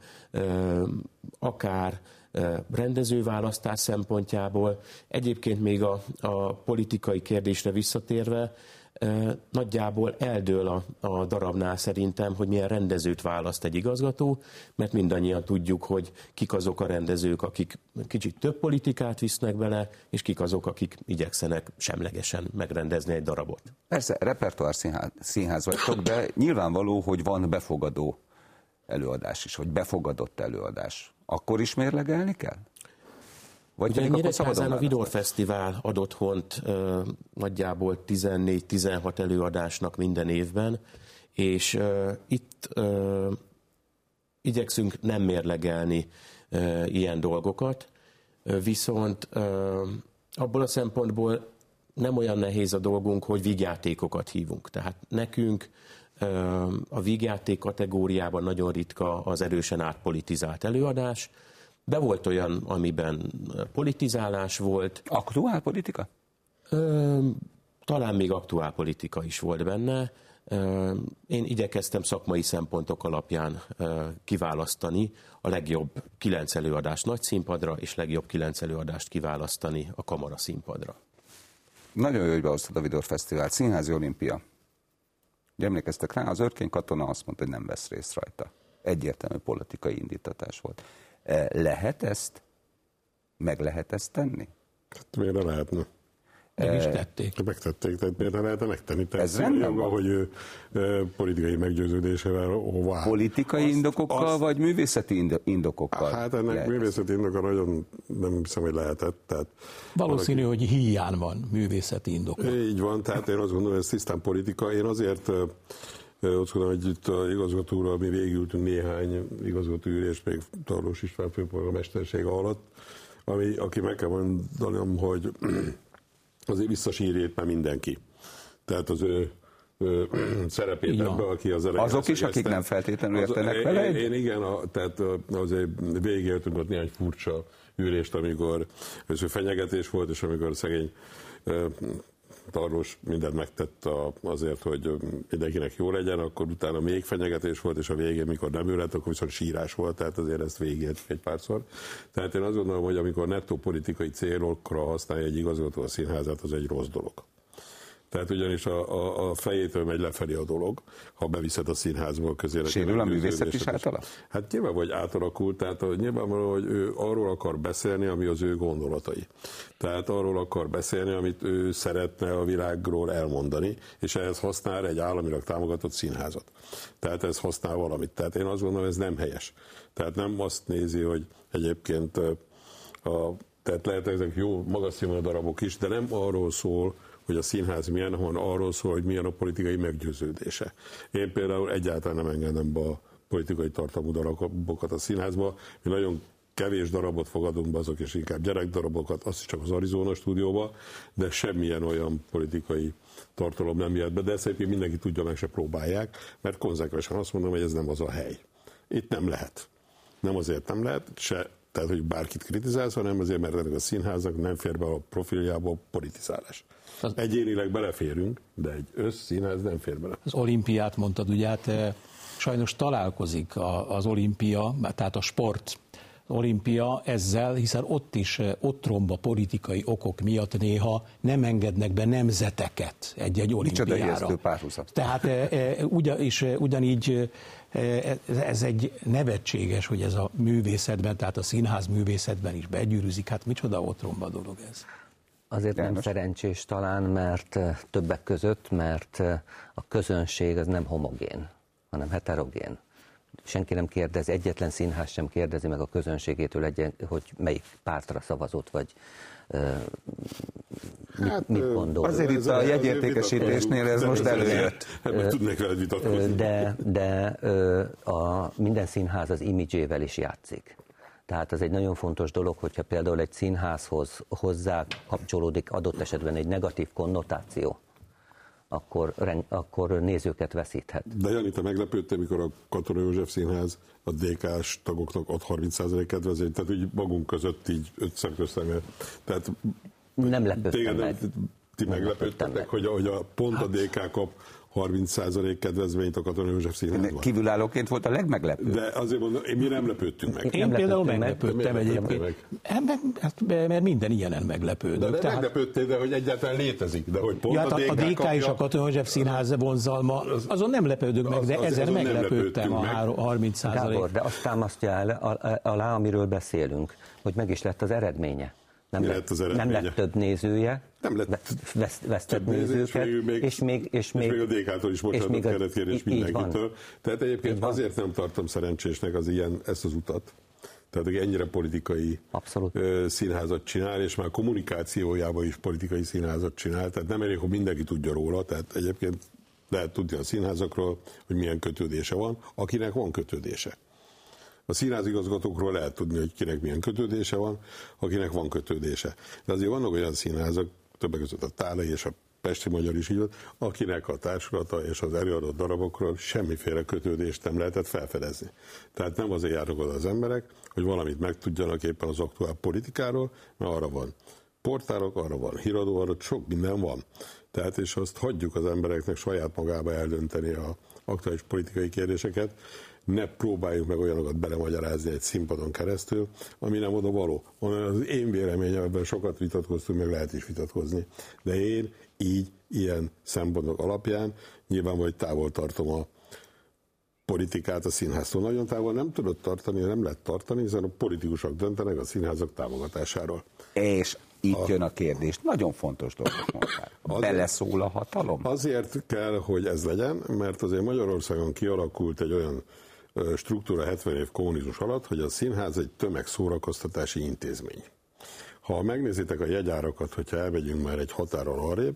[SPEAKER 6] akár rendezőválasztás szempontjából, egyébként még a, a politikai kérdésre visszatérve, nagyjából eldől a, a darabnál szerintem, hogy milyen rendezőt választ egy igazgató, mert mindannyian tudjuk, hogy kik azok a rendezők, akik kicsit több politikát visznek bele, és kik azok, akik igyekszenek semlegesen megrendezni egy darabot.
[SPEAKER 2] Persze, repertoár színház, színház vagytok, de nyilvánvaló, hogy van befogadó előadás is, vagy befogadott előadás. Akkor is mérlegelni kell?
[SPEAKER 6] Vagy ugye Nyíregyházán a Vidor Fesztivál ad otthont uh, nagyjából tizennégy-tizenhat előadásnak minden évben, és uh, itt uh, igyekszünk nem mérlegelni uh, ilyen dolgokat, uh, viszont uh, abból a szempontból nem olyan nehéz a dolgunk, hogy vígjátékokat hívunk. Tehát nekünk uh, a vígjáték kategóriában nagyon ritka az erősen átpolitizált előadás. De volt olyan, amiben politizálás volt.
[SPEAKER 2] Aktuál politika?
[SPEAKER 6] Ö, talán még aktuál politika is volt benne. Ö, én igyekeztem szakmai szempontok alapján ö, kiválasztani a legjobb kilenc előadást nagy színpadra, és legjobb kilenc előadást kiválasztani a kamara színpadra.
[SPEAKER 2] Nagyon jó, hogy behoztad a Vidor Fesztivált. Színházi olimpia. Ugye emlékeztek rá, az Örkény katona azt mondta, hogy nem vesz részt rajta. Egyértelmű politikai indítatás volt. Lehet ezt? Meg lehet ezt tenni?
[SPEAKER 3] Hát miért ne lehetne?
[SPEAKER 5] Meg is tették.
[SPEAKER 3] Megtették, tehát miért ne lehetne megtenni?
[SPEAKER 2] Ez rendben van?
[SPEAKER 3] Hogy ő e, politikai meggyőződésével hová.
[SPEAKER 2] Politikai azt, indokokkal, azt, vagy művészeti indokokkal?
[SPEAKER 3] Hát ennek lehet. Művészeti indoka nagyon nem hiszem, hogy lehetett. Tehát
[SPEAKER 5] valószínű, valaki, hogy hiány van művészeti indoka. Így
[SPEAKER 3] van, tehát én azt gondolom, hogy ez tisztán politika. Én azért azt gondolom, hogy itt a igazgatóra mi végültünk néhány igazgatóülést, még Tarlós István főpolgármestersége alatt, ami, aki meg kell mondanom, hogy azért visszasírjét már mindenki. Tehát az ő, ő szerepét ja. ebbe, aki az elején...
[SPEAKER 2] Azok is, akik nem feltétlenül értenek az, vele?
[SPEAKER 3] Én, én igen, a, tehát azért végigéltünk ott néhány furcsa ülést, amikor ez fenyegetés volt, és amikor szegény Tarlós mindent megtett azért, hogy mindenkinek jó legyen, akkor utána még fenyegetés volt, és a végén, mikor nem ő lett, akkor viszont sírás volt, tehát azért ezt végigéltük egy párszor. Tehát én azt gondolom, hogy amikor nettó politikai célokra használja egy igazgató a színházat, az egy rossz dolog. Tehát ugyanis a, a, a fejétől megy lefelé a dolog, ha beviszed a színházból közére.
[SPEAKER 2] Sérül a művészet is általa?
[SPEAKER 3] Hát nyilván, vagy átalakult, tehát nyilvánvalóan, hogy ő arról akar beszélni, ami az ő gondolatai. Tehát arról akar beszélni, amit ő szeretne a világról elmondani, és ehhez használ egy államilag támogatott színházat. Tehát ez használ valamit. Tehát én azt gondolom, ez nem helyes. Tehát nem azt nézi, hogy egyébként a, tehát lehet ezek jó, magas színvonalú darabok is, de nem arról szól, hogy a színház milyen, hanem arról szól, hogy milyen a politikai meggyőződése. Én például egyáltalán nem engedem be a politikai tartalmú darabokat a színházba. Mi nagyon kevés darabot fogadunk be, azok és inkább gyerekdarabokat, azt is csak az Arizona stúdióba, de semmilyen olyan politikai tartalom nem jött be, de ezt egyébként mindenki tudja, meg se próbálják, mert konzekvensen azt mondom, hogy ez nem az a hely. Itt nem lehet. Nem azért nem lehet, se tehát, hogy bárkit kritizálsz, hanem azért, mert ennek a színháznak nem fér be a profiljába a politizálás. Az egyénileg beleférünk, de egy összszínház nem fér bele.
[SPEAKER 5] Az olimpiát mondtad, ugye, hát sajnos találkozik az olimpia, tehát a sport olimpia ezzel, hiszen ott is, ott romba politikai okok miatt néha nem engednek be nemzeteket egy-egy olimpiára.
[SPEAKER 2] Micsoda ijesztő párhuzat.
[SPEAKER 5] Tehát ugyan, és ugyanígy ez egy nevetséges, hogy ez a művészetben, tehát a színház művészetben is begyűrűzik. Hát micsoda otromba dolog ez.
[SPEAKER 4] Azért nem
[SPEAKER 2] János?
[SPEAKER 4] Szerencsés talán, mert többek között, mert a közönség az nem homogén, hanem heterogén. senki nem kérdez, egyetlen színház sem kérdezi meg a közönségétől, egyen, hogy melyik pártra szavazott, vagy uh, mit, hát, mit gondol.
[SPEAKER 2] Azért itt a jegyértékesítésnél ez most előjött.
[SPEAKER 4] De, de a minden színház az imidzsével is játszik. Tehát ez egy nagyon fontos dolog, hogyha például egy színházhoz hozzá kapcsolódik adott esetben egy negatív konnotáció, akkor, akkor nézőket veszíthet.
[SPEAKER 3] De Jani, te meglepődtél, mikor a Katona József Színház a dé ká-s tagoknak ad harminc százalék kedvezményt, tehát úgy magunk között így ötször köztem. Tehát
[SPEAKER 4] nem lepődtem meg.
[SPEAKER 3] Ti meglepődtetek, hogy, hogy a pont a dé ká kap harminc százalék kedvezményt a Katona József Színházban.
[SPEAKER 2] Kívülállóként volt a legmeglepőbb.
[SPEAKER 3] De azért mondom, mi nem lepődtünk meg.
[SPEAKER 5] Én nem például meglepődtem egyébként. Mert minden ilyenen meglepődök.
[SPEAKER 3] De, de
[SPEAKER 5] Tehát...
[SPEAKER 3] meglepődtél, de hogy egyáltalán létezik. De hogy pont
[SPEAKER 5] ja,
[SPEAKER 3] a dé ká,
[SPEAKER 5] a dé ká
[SPEAKER 3] kapja...
[SPEAKER 5] és a Katona József Színház vonzalma, azon nem lepődök meg, de az, ezen meglepődtem a harminc százalék.
[SPEAKER 4] Gábor, de azt támasztja el alá, amiről beszélünk, hogy meg is lett az eredménye. Nem lett, lett nem lett több nézője, nem lett vesz, vesztett nézőket, és még, és még, és még,
[SPEAKER 3] és még a dé ká-tól is bocsánatot kellett kérni, és mindenkitől. Tehát egyébként azért nem tartom szerencsésnek az ilyen, ezt az utat. Tehát, hogy ennyire politikai Abszolút. színházat csinál, és már kommunikációjában is politikai színházat csinál, tehát nem elég, hogy mindenki tudja róla, tehát egyébként lehet tudni a színházakról, hogy milyen kötődése van, akinek van kötődése. A színházigazgatókról lehet tudni, hogy kinek milyen kötődése van, akinek van kötődése. De azért vannak olyan színházak, többek között a Tálai és a Pesti Magyar is így volt, akinek a társulata és az előadott darabokról semmiféle kötődést nem lehetett felfedezni. Tehát nem azért járnak oda az emberek, hogy valamit megtudjanak éppen az aktuál politikáról, mert arra van portálok, arra van híradó, arra sok minden van. Tehát és azt hagyjuk az embereknek saját magába eldönteni a aktuális politikai kérdéseket, ne próbáljuk meg olyanokat belemagyarázni egy színpadon keresztül, ami nem oda való. Az én véleményem, ebben sokat vitatkoztunk, meg lehet is vitatkozni. De én így, ilyen szempontok alapján nyilván vagy távol tartom a politikát a színháztól. Nagyon távol nem tudod tartani, nem lehet tartani, hiszen a politikusok döntenek a színházak támogatásáról.
[SPEAKER 2] És itt a... jön a kérdés. Nagyon fontos dolgot mondtál. Beleszól a hatalom?
[SPEAKER 3] Azért kell, hogy ez legyen, mert azért Magyarországon kialakult egy olyan struktúra hetven év kommunizmus alatt, hogy a színház egy tömegszórakoztatási intézmény. Ha megnézitek a jegyárakat, hogyha elmegyünk már egy határon arrébb,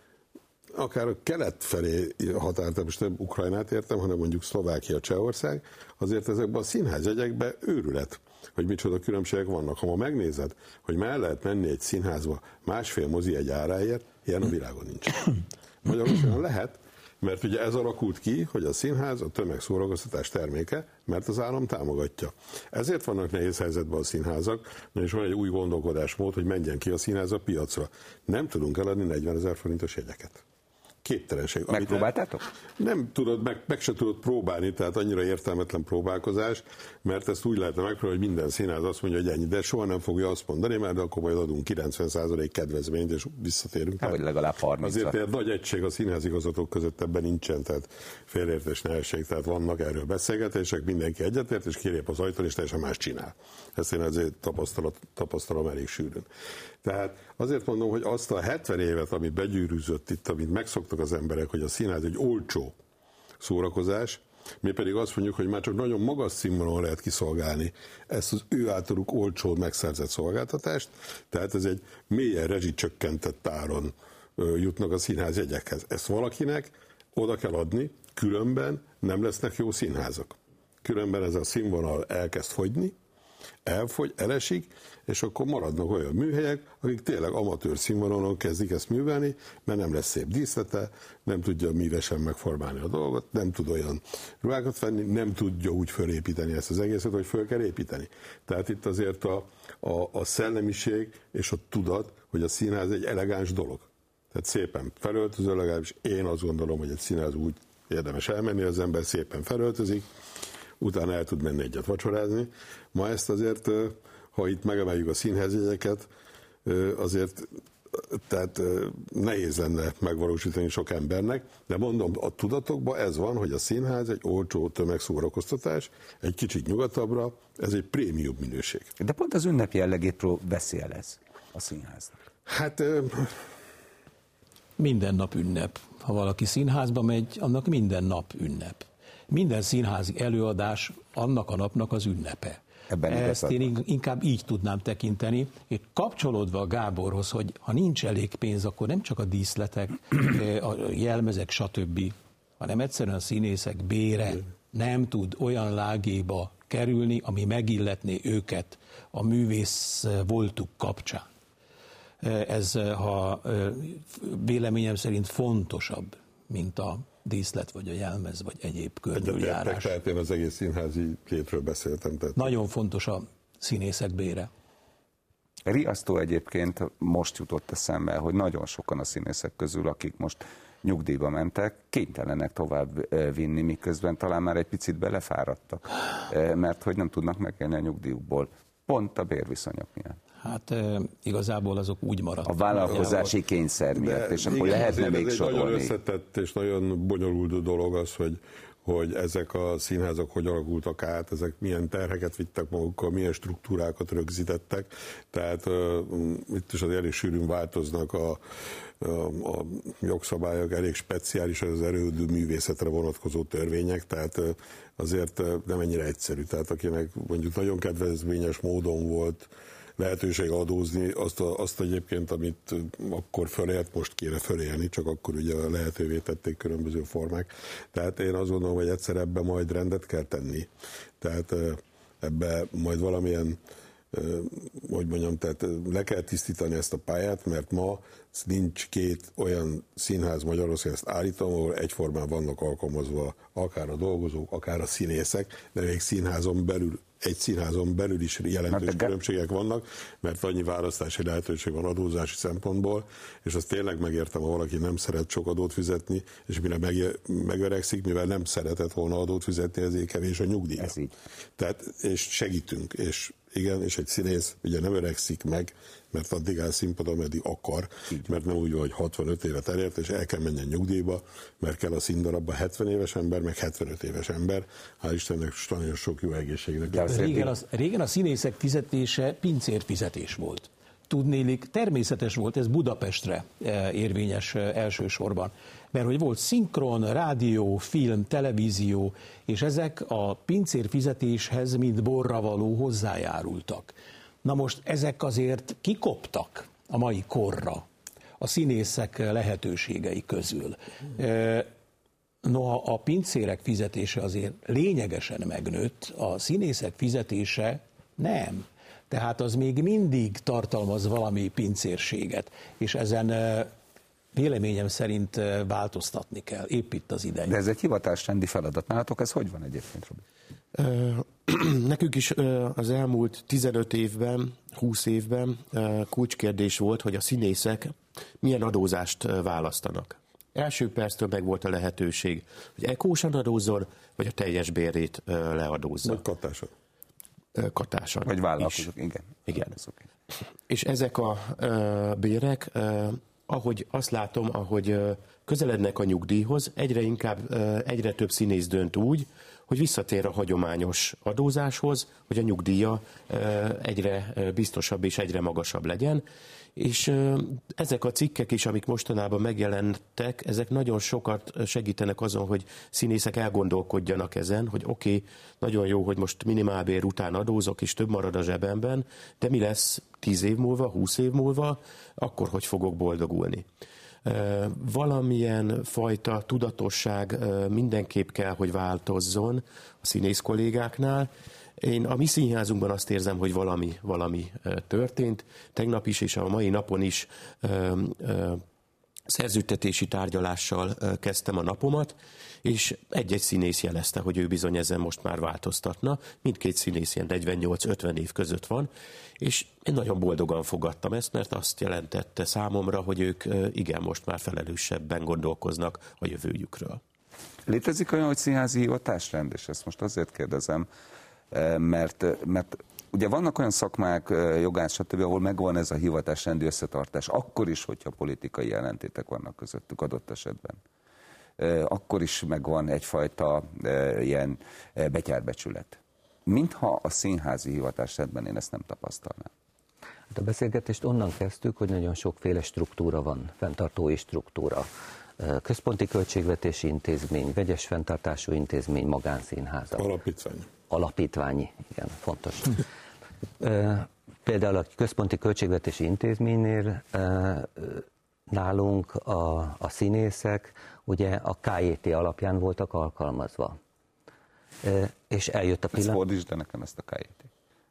[SPEAKER 3] akár a kelet felé határt, most nem Ukrajnát értem, hanem mondjuk Szlovákia, Csehország, azért ezekben a színházjegyekben őrület, hogy micsoda különbségek vannak. Ha ma megnézed, hogy már lehet menni egy színházba másfél mozi egy áráért, ilyen a világon nincs. Magyarországon lehet, mert ugye ez alakult ki, hogy a színház a tömegszórakoztatás terméke, mert az állam támogatja. Ezért vannak nehéz helyzetben a színházak, és van egy új gondolkodásmód, hogy menjen ki a színház a piacra. Nem tudunk eladni negyvenezer forintos jegyeket. Képtelenség.
[SPEAKER 2] Megpróbáltátok?
[SPEAKER 3] Nem tudod, meg, meg se tudod próbálni, tehát annyira értelmetlen próbálkozás, mert ezt úgy lehetne megpróbálni, hogy minden színház azt mondja, hogy ennyi, de soha nem fogja azt mondani, mert akkor majd adunk kilencven százalék kedvezményt, és visszatérünk.
[SPEAKER 2] Hát, vagy legalább harminc.
[SPEAKER 3] Azért egy nagy egység a színházigazgatók között ebben nincsen, tehát félreértés nehesség, tehát vannak erről beszélgetések, mindenki egyetért, és kilép az ajtón, és teljesen más csinál. Ezt én azért tapasztalom elég sűrűn. Tehát azért mondom, hogy azt a hetven évet, amit begyűrűzött itt, amit megszoktak az emberek, hogy a színház egy olcsó szórakozás, mi pedig azt mondjuk, hogy már csak nagyon magas színvonalon lehet kiszolgálni ezt az ő általuk olcsó megszerzett szolgáltatást, tehát ez egy mélyen rezsicsökkentett áron jutnak a színház jegyekhez. Ezt valakinek oda kell adni, különben nem lesznek jó színházak. Különben ez a színvonal elkezd fogyni, elfogy, elesik, és akkor maradnak olyan műhelyek, akik tényleg amatőr színvonalon kezdik ezt művelni, mert nem lesz szép díszlete, nem tudja mívesen megformálni a dolgot, nem tud olyan ruhákat venni, nem tudja úgy fölépíteni ezt az egészet, hogy föl kell építeni. Tehát itt azért a, a, a szellemiség és a tudat, hogy a színház egy elegáns dolog. Tehát szépen felöltöző, legalábbis én azt gondolom, hogy egy színház úgy érdemes elmenni, az ember szépen felöltözik, utána el tud menni egyet vacsorázni. Ma ezt azért, ha itt megemeljük a színházjegyeket, azért tehát nehéz lenne megvalósítani sok embernek, de mondom, a tudatokban ez van, hogy a színház egy olcsó tömegszórakoztatás, egy kicsit nyugatabbra, ez egy prémium minőség.
[SPEAKER 2] De pont az ünnep jellegét veszi el ez a színháznak.
[SPEAKER 3] Hát...
[SPEAKER 5] Minden nap ünnep. Ha valaki színházba megy, annak minden nap ünnep. minden színházi előadás annak a napnak az ünnepe. Ebben Ezt én inkább így tudnám tekinteni, és kapcsolódva a Gáborhoz, hogy ha nincs elég pénz, akkor nem csak a díszletek, a jelmezek, stb., hanem egyszerűen a színészek bére nem tud olyan lágéba kerülni, ami megilletné őket a művész voltuk kapcsán. Ez, ha véleményem szerint fontosabb, mint a díszlet, vagy a jelmez, vagy egyéb körüljárás.
[SPEAKER 3] Tehát én az egész színházi kétről beszéltem. Tehát...
[SPEAKER 5] Nagyon fontos a színészek bére.
[SPEAKER 2] Riasztó egyébként most jutott eszembe, hogy nagyon sokan a színészek közül, akik most nyugdíjba mentek, kénytelenek tovább vinni, miközben talán már egy picit belefáradtak, mert hogy nem tudnak megélni a nyugdíjukból. Pont a bérviszonyok miatt.
[SPEAKER 5] Hát e, igazából azok úgy maradtak.
[SPEAKER 2] A vállalkozási kényszer miatt, de és akkor igen, lehetne még sorolni.
[SPEAKER 3] Nagyon összetett és nagyon bonyolult dolog az, hogy, hogy ezek a színházak hogy alakultak át, ezek milyen terheket vittek magukkal, milyen struktúrákat rögzítettek. Tehát uh, itt is az elég sűrűn változnak a, a, a jogszabályok, elég speciális az erődő művészetre vonatkozó törvények, tehát uh, azért uh, nem ennyire egyszerű. Tehát akinek mondjuk nagyon kedvezményes módon volt lehetőség adózni, azt, a, azt egyébként, amit akkor fölért, most kéne fölélni, csak akkor ugye lehetővé tették különböző formák. Tehát én azt gondolom, hogy egyszer ebbe majd rendet kell tenni. Tehát ebbe majd valamilyen, hogy mondjam, tehát le kell tisztítani ezt a pályát, mert ma nincs két olyan színház Magyarországon, ezt állítom, ahol egyformán vannak alkalmazva akár a dolgozók, akár a színészek, de még színházon belül, egy színházon belül is jelentős különbségek vannak, mert annyi választási lehetőség van adózási szempontból, és azt tényleg megértem, ha valaki nem szeret sok adót fizetni, és mire megöregszik, mivel nem szeretett volna adót fizetni, ezért kevés a nyugdíja. Tehát, és segítünk, és igen, és egy színész ugye nem öregszik meg, mert addig áll színpadon, meddig akar, mert nem úgy van, hogy hatvanöt évet elért, és el kell menjen nyugdíjba, mert kell a színdarabba hetven éves ember, meg hetvenöt éves ember. Hál' Istennek nagyon sok jó egészségnek.
[SPEAKER 5] Régen, az, régen a színészek fizetése pincérfizetés volt. Tudnélik, természetes volt, ez Budapestre érvényes elsősorban. Mert hogy volt szinkron, rádió, film, televízió, és ezek a pincérfizetéshez, mint borravaló hozzájárultak. Na most ezek azért kikoptak a mai korra, a színészek lehetőségei közül. Noha a pincérek fizetése azért lényegesen megnőtt, a színészek fizetése nem. Tehát az még mindig tartalmaz valami pincérséget, és ezen véleményem szerint változtatni kell, épp itt az ideje.
[SPEAKER 2] De ez egy hivatásrendi feladat. Nálatok ez hogy van egyébként, Robi?
[SPEAKER 6] Nekünk is az elmúlt tizenöt évben, húsz évben kulcskérdés volt, hogy a színészek milyen adózást választanak. Első perctől meg volt a lehetőség, hogy ekósan adózzon, vagy a teljes bérét leadózza.
[SPEAKER 3] Vagy katásan.
[SPEAKER 6] Katásan.
[SPEAKER 2] Vagy vállalkozók, igen.
[SPEAKER 6] Igen. És ezek a bérek, ahogy azt látom, ahogy közelednek a nyugdíjhoz, egyre inkább, egyre több színész dönt úgy, hogy visszatér a hagyományos adózáshoz, hogy a nyugdíja egyre biztosabb és egyre magasabb legyen. És ezek a cikkek is, amik mostanában megjelentek, ezek nagyon sokat segítenek azon, hogy színészek elgondolkodjanak ezen, hogy oké, okay, nagyon jó, hogy most minimálbér után adózok, és több marad a zsebemben, de mi lesz tíz év múlva, húsz év múlva, akkor hogy fogok boldogulni. Valamilyen fajta tudatosság mindenképp kell, hogy változzon a színész kollégáknál. Én a mi színházunkban azt érzem, hogy valami, valami történt. Tegnap is és a mai napon is ö, ö, szerződtetési tárgyalással kezdtem a napomat, és egy-egy színész jelezte, hogy ő bizony ezen most már változtatna. Mindkét színész ilyen negyvennyolc-ötven év között van, és én nagyon boldogan fogadtam ezt, mert azt jelentette számomra, hogy ők igen, most már felelősebben gondolkoznak a jövőjükről.
[SPEAKER 2] Létezik olyan, hogy színházi hivatásrend, és ezt most azért kérdezem, mert, mert ugye vannak olyan szakmák, jogász, stb., ahol megvan ez a hivatásrendi összetartás, akkor is, hogyha politikai ellentétek vannak közöttük adott esetben. Akkor is megvan egyfajta ilyen betyárbecsület. Mintha a színházi hivatásrendben én ezt nem tapasztalnám.
[SPEAKER 4] Hát a beszélgetést onnan kezdtük, hogy nagyon sokféle struktúra van, fenntartói struktúra. központi költségvetési intézmény, vegyes fenntartású intézmény, magánszínházak.
[SPEAKER 3] Alapítvány.
[SPEAKER 4] Alapítványi, igen, fontos. Például a központi költségvetési intézménynél nálunk a, a színészek ugye a ká jé té alapján voltak alkalmazva. És eljött a pillanat...
[SPEAKER 2] Ezt fordítsd nekem ezt a ká jé té.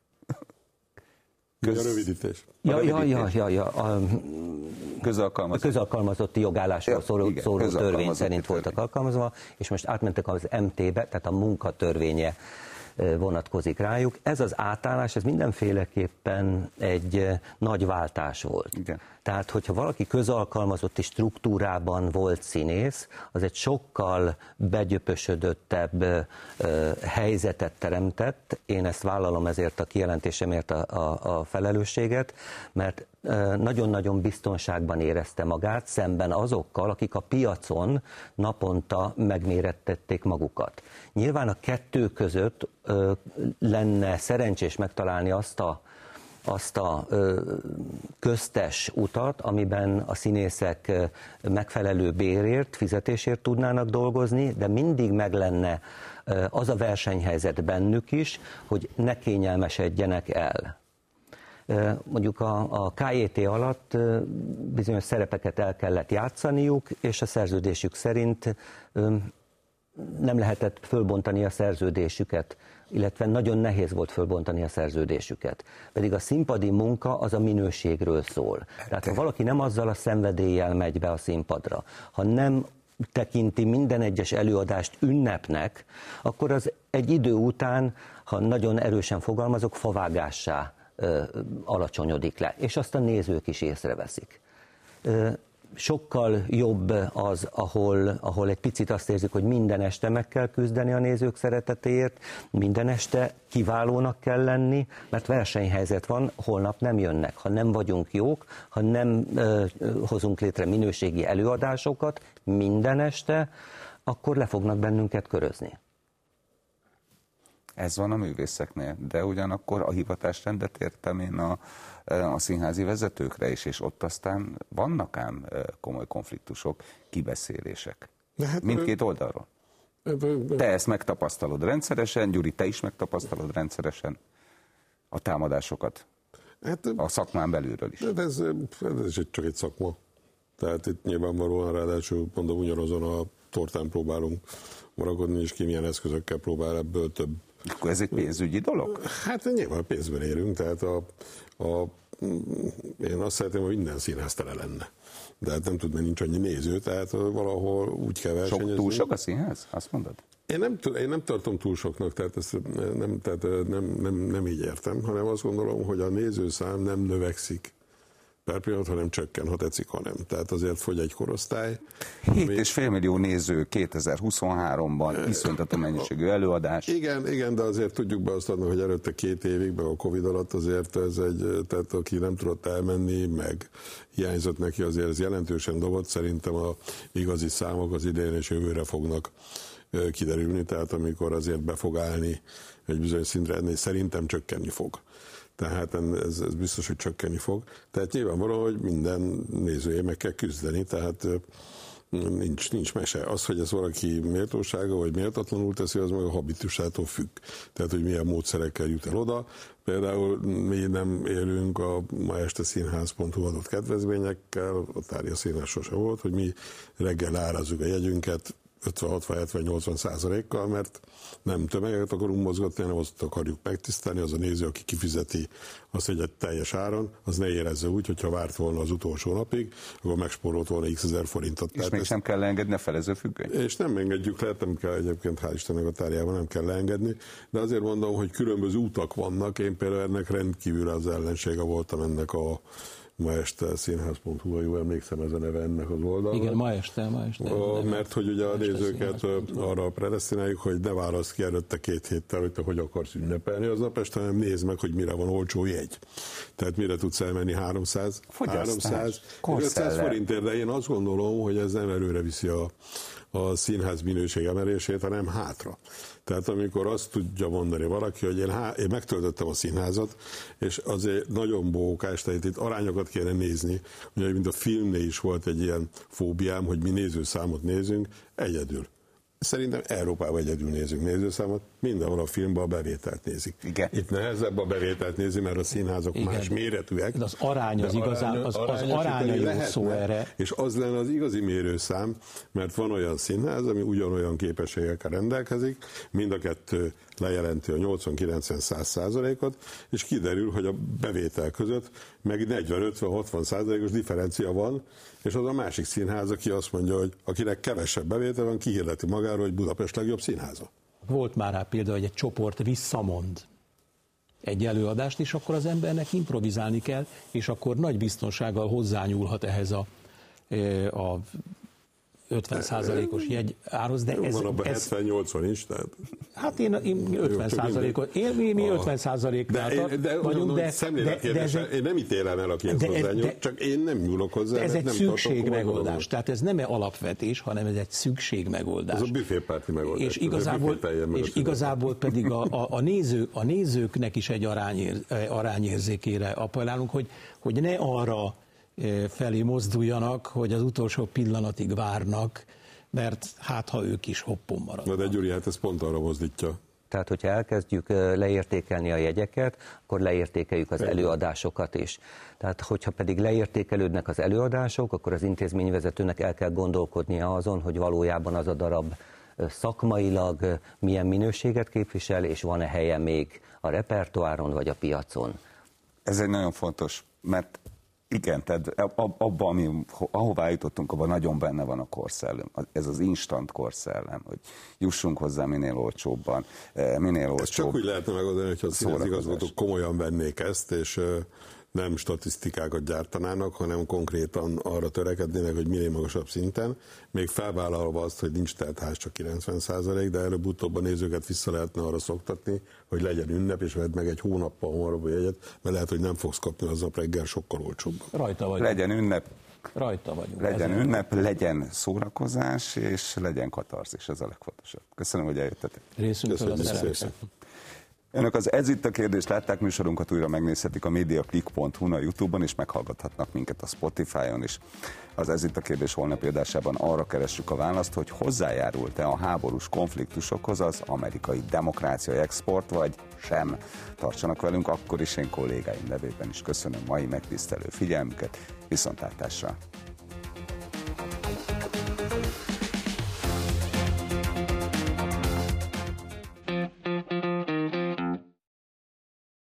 [SPEAKER 3] Köz... A rövidítés.
[SPEAKER 4] Ja,
[SPEAKER 2] a
[SPEAKER 4] ja, ja, ja, ja. A
[SPEAKER 2] közalkalmazott.
[SPEAKER 4] közalkalmazotti jogállásról
[SPEAKER 2] ja,
[SPEAKER 4] szóló,
[SPEAKER 2] igen,
[SPEAKER 4] szóló törvény szerint
[SPEAKER 2] törvény.
[SPEAKER 4] voltak alkalmazva, és most átmentek az em té-be, tehát a munkatörvénye vonatkozik rájuk. Ez az átállás, ez mindenféleképpen egy nagy váltás volt.
[SPEAKER 2] Igen.
[SPEAKER 4] Tehát, hogyha valaki közalkalmazotti struktúrában volt színész, az egy sokkal begyöpösödöttebb ö, helyzetet teremtett. Én ezt vállalom ezért a kijelentésemért a, a, a felelősséget, mert ö, nagyon-nagyon biztonságban érezte magát szemben azokkal, akik a piacon naponta megmérettették magukat. Nyilván a kettő között ö, lenne szerencsés megtalálni azt a azt a ö, köztes utat, amiben a színészek ö, megfelelő bérért, fizetésért tudnának dolgozni, de mindig meg lenne ö, az a versenyhelyzet bennük is, hogy ne kényelmesedjenek el. Ö, mondjuk a, a ká jé té alatt ö, bizonyos szerepeket el kellett játszaniuk, és a szerződésük szerint ö, nem lehetett fölbontani a szerződésüket, illetve nagyon nehéz volt fölbontani a szerződésüket. Pedig a színpadi munka az a minőségről szól. Tehát ha valaki nem azzal a szenvedéllyel megy be a színpadra, ha nem tekinti minden egyes előadást ünnepnek, akkor az egy idő után, ha nagyon erősen fogalmazok, favágássá ö, alacsonyodik le, és azt a nézők is észreveszik. Ö, Sokkal jobb az, ahol, ahol egy picit azt érzik, hogy minden este meg kell küzdeni a nézők szeretetéért, minden este kiválónak kell lenni, mert versenyhelyzet van, holnap nem jönnek. Ha nem vagyunk jók, ha nem ö, hozunk létre minőségi előadásokat minden este, akkor le fognak bennünket körözni.
[SPEAKER 2] Ez van a művészeknél, de ugyanakkor a hivatásrendet értem én a, a színházi vezetőkre is, és ott aztán vannak ám komoly konfliktusok, kibeszélések. Hát, mindkét oldalról. Te ezt megtapasztalod rendszeresen, Gyuri, te is megtapasztalod rendszeresen a támadásokat hát, a szakmán belülről is.
[SPEAKER 3] Ez, ez csak egy szakma. Tehát itt nyilvánvalóan ráadásul mondom ugyanazon a tortán próbálunk maradni, és ki milyen eszközökkel próbál ebből több.
[SPEAKER 2] Akkor ez egy pénzügyi dolog?
[SPEAKER 3] Hát nyilván pénzben érünk, tehát a, a, én azt szeretném, hogy minden színház tele lenne. De hát nem tud, mert nincs annyi néző, tehát valahol úgy kell versenyezni.
[SPEAKER 2] Sok, túl sok a színház? Azt mondod?
[SPEAKER 3] Én nem, én nem tartom túl soknak, tehát ezt nem, tehát nem, nem, nem így értem, hanem azt gondolom, hogy a nézőszám nem növekszik per pillanat, hanem csökken, ha tetszik, ha nem. Tehát azért fogy egy korosztály.
[SPEAKER 2] hét és fél millió néző kétezer-huszonháromban, iszonytató mennyiségű előadás.
[SPEAKER 3] Igen, igen, de azért tudjuk be azt adni, hogy előtte két évig, meg a Covid alatt azért ez egy, tehát aki nem tudott elmenni, meg hiányzott neki, azért ez jelentősen dobott. Szerintem a igazi számok az idején és jövőre fognak kiderülni, tehát amikor azért be fog állni egy bizonyos szintre, ennél szerintem csökkenni fog. Tehát ez, ez biztos, hogy csökkenni fog. Tehát nyilvánvaló, hogy minden nézője meg kell küzdeni, tehát nincs, nincs mese. Az, hogy ez valaki méltósága vagy méltatlanul teszi, az meg a habitusától függ. Tehát, hogy milyen módszerekkel jut el oda. Például mi nem élünk a ma este színház pont hu adott kedvezményekkel, a Tárja Színház sose volt, hogy mi reggel árazzuk a jegyünket ötven, hatvan, hetven, nyolcvan százalékkal, mert nem tömegeket akarunk mozgatni, hanem azt akarjuk megtisztelni, az a néző, aki kifizeti azt egy teljes áron, az ne érezze úgy, hogyha várt volna az utolsó napig, akkor megspórolt volna x ezer forintot.
[SPEAKER 2] És még sem kell leengedni a felező függönyt?
[SPEAKER 3] És nem engedjük le, nem kell egyébként, hál' Istennek a Tárjában nem kell leengedni, de azért mondom, hogy különböző utak vannak, én például ennek rendkívül az ellensége voltam ennek a ma este színház pont hu, jól emlékszem, ez a neve ennek az oldalnak.
[SPEAKER 5] Igen, ma este, ma este.
[SPEAKER 3] A, mert hogy ugye a nézőket arra predesztináljuk, hogy ne választ ki előtte két héttel, hogy te hogy akarsz ünnepelni aznap este, hanem nézd meg, hogy mire van olcsó jegy. Tehát mire tudsz elmenni háromszáz, háromszáz, ötszáz forintért, de én azt gondolom, hogy ez nem előre viszi a, a színház minőség emelését, hanem hátra. Tehát amikor azt tudja mondani valaki, hogy én, há- én megtöltöttem a színházat, és azért nagyon bókás, tehát itt arányokat kéne nézni, ugye, mint a filmnél is volt egy ilyen fóbiám, hogy mi nézőszámot nézünk, egyedül. Szerintem Európában egyedül nézünk nézőszámot, mindenhol a filmben a bevételt nézik.
[SPEAKER 2] Igen.
[SPEAKER 3] Itt nehezebb a bevételt nézni, mert a színházak
[SPEAKER 5] Igen.
[SPEAKER 3] más méretűek.
[SPEAKER 5] De az arány az igazán, az, az aránya jó lehetne, szó erre.
[SPEAKER 3] És az lenne az igazi mérőszám, mert van olyan színház, ami ugyanolyan képességekkel rendelkezik, mind a kettő lejelenti a nyolcvan-kilencven-száz százalékot, és kiderül, hogy a bevétel között meg negyven-ötven-hatvan százalékos differencia van, és az a másik színház, aki azt mondja, hogy akinek kevesebb bevétel van, kihirdeti magáról, hogy Budapest legjobb színháza.
[SPEAKER 5] Volt már rá példa, hogy egy csoport visszamond egy előadást, és akkor az embernek improvizálni kell, és akkor nagy biztonsággal hozzányúlhat ehhez a, a ötven százalékos jegy árhoz, de ez...
[SPEAKER 3] Van abban
[SPEAKER 5] ez
[SPEAKER 3] hetven-nyolcvan is, tehát...
[SPEAKER 5] Hát én, én ötven százalékot, én, mi, mi ötven százaléknál vagyunk, de, de, de ez egy,
[SPEAKER 3] én nem ítélem el, aki ezt hozzányúl, csak én nem nyúlok hozzá.
[SPEAKER 5] De ez egy
[SPEAKER 3] nem
[SPEAKER 5] szükségmegoldás, tehát ez nem alapvetés, hanem ez egy szükségmegoldás.
[SPEAKER 3] Ez a büfépárti megoldás.
[SPEAKER 5] És igazából, és igazából pedig a, a, a, néző, a nézőknek is egy arányér, arányérzékére appellálunk, hogy, hogy ne arra felé mozduljanak, hogy az utolsó pillanatig várnak, mert hát ha ők is hoppon maradnak.
[SPEAKER 3] Na de Gyuri, hát ez pont arra mozdítja.
[SPEAKER 4] Tehát, hogyha elkezdjük leértékelni a jegyeket, akkor leértékeljük az előadásokat is. Tehát, hogyha pedig leértékelődnek az előadások, akkor az intézményvezetőnek el kell gondolkodnia azon, hogy valójában az a darab szakmailag milyen minőséget képvisel, és van-e helye még a repertoáron vagy a piacon.
[SPEAKER 2] Ez egy nagyon fontos, mert igen, tehát abban, ami, ahová jutottunk, abban nagyon benne van a korszellem. Ez az instant korszellem, hogy jussunk hozzá minél olcsóbban, minél olcsóbb.
[SPEAKER 3] Ez csak úgy lehetne megoldani, hogyha a színházigazgatók komolyan vennék ezt, és nem statisztikákat gyártanának, hanem konkrétan arra törekednének, hogy minél magasabb szinten, még felvállalva azt, hogy nincs telt ház, csak kilencven százalék, de előbb-utóbb a nézőket vissza lehetne arra szoktatni, hogy legyen ünnep, és vedd meg egy hónappal hamarabb a jegyet, mert lehet, hogy nem fogsz kapni aznap reggel sokkal olcsóbb.
[SPEAKER 5] Rajta vagyunk.
[SPEAKER 2] Legyen ünnep.
[SPEAKER 5] Rajta vagyunk.
[SPEAKER 2] Legyen ünnep, legyen szórakozás, és legyen katarzis, ez a legfontosabb. Köszönöm, hogy eljöttetek.
[SPEAKER 5] Részünkről a szeretet.
[SPEAKER 2] Önök az Ez itt a kérdés látták, műsorunkat újra megnézhetik a mediaclick pont hu-n a YouTube-on, és meghallgathatnak minket a Spotify-on is. Az Ez itt a kérdés holnapi adásában arra keressük a választ, hogy hozzájárult-e a háborús konfliktusokhoz az amerikai demokráciai export, vagy sem. Tartsanak velünk, akkor is én kollégáim nevében is köszönöm mai megtisztelő figyelmüket, viszontlátásra!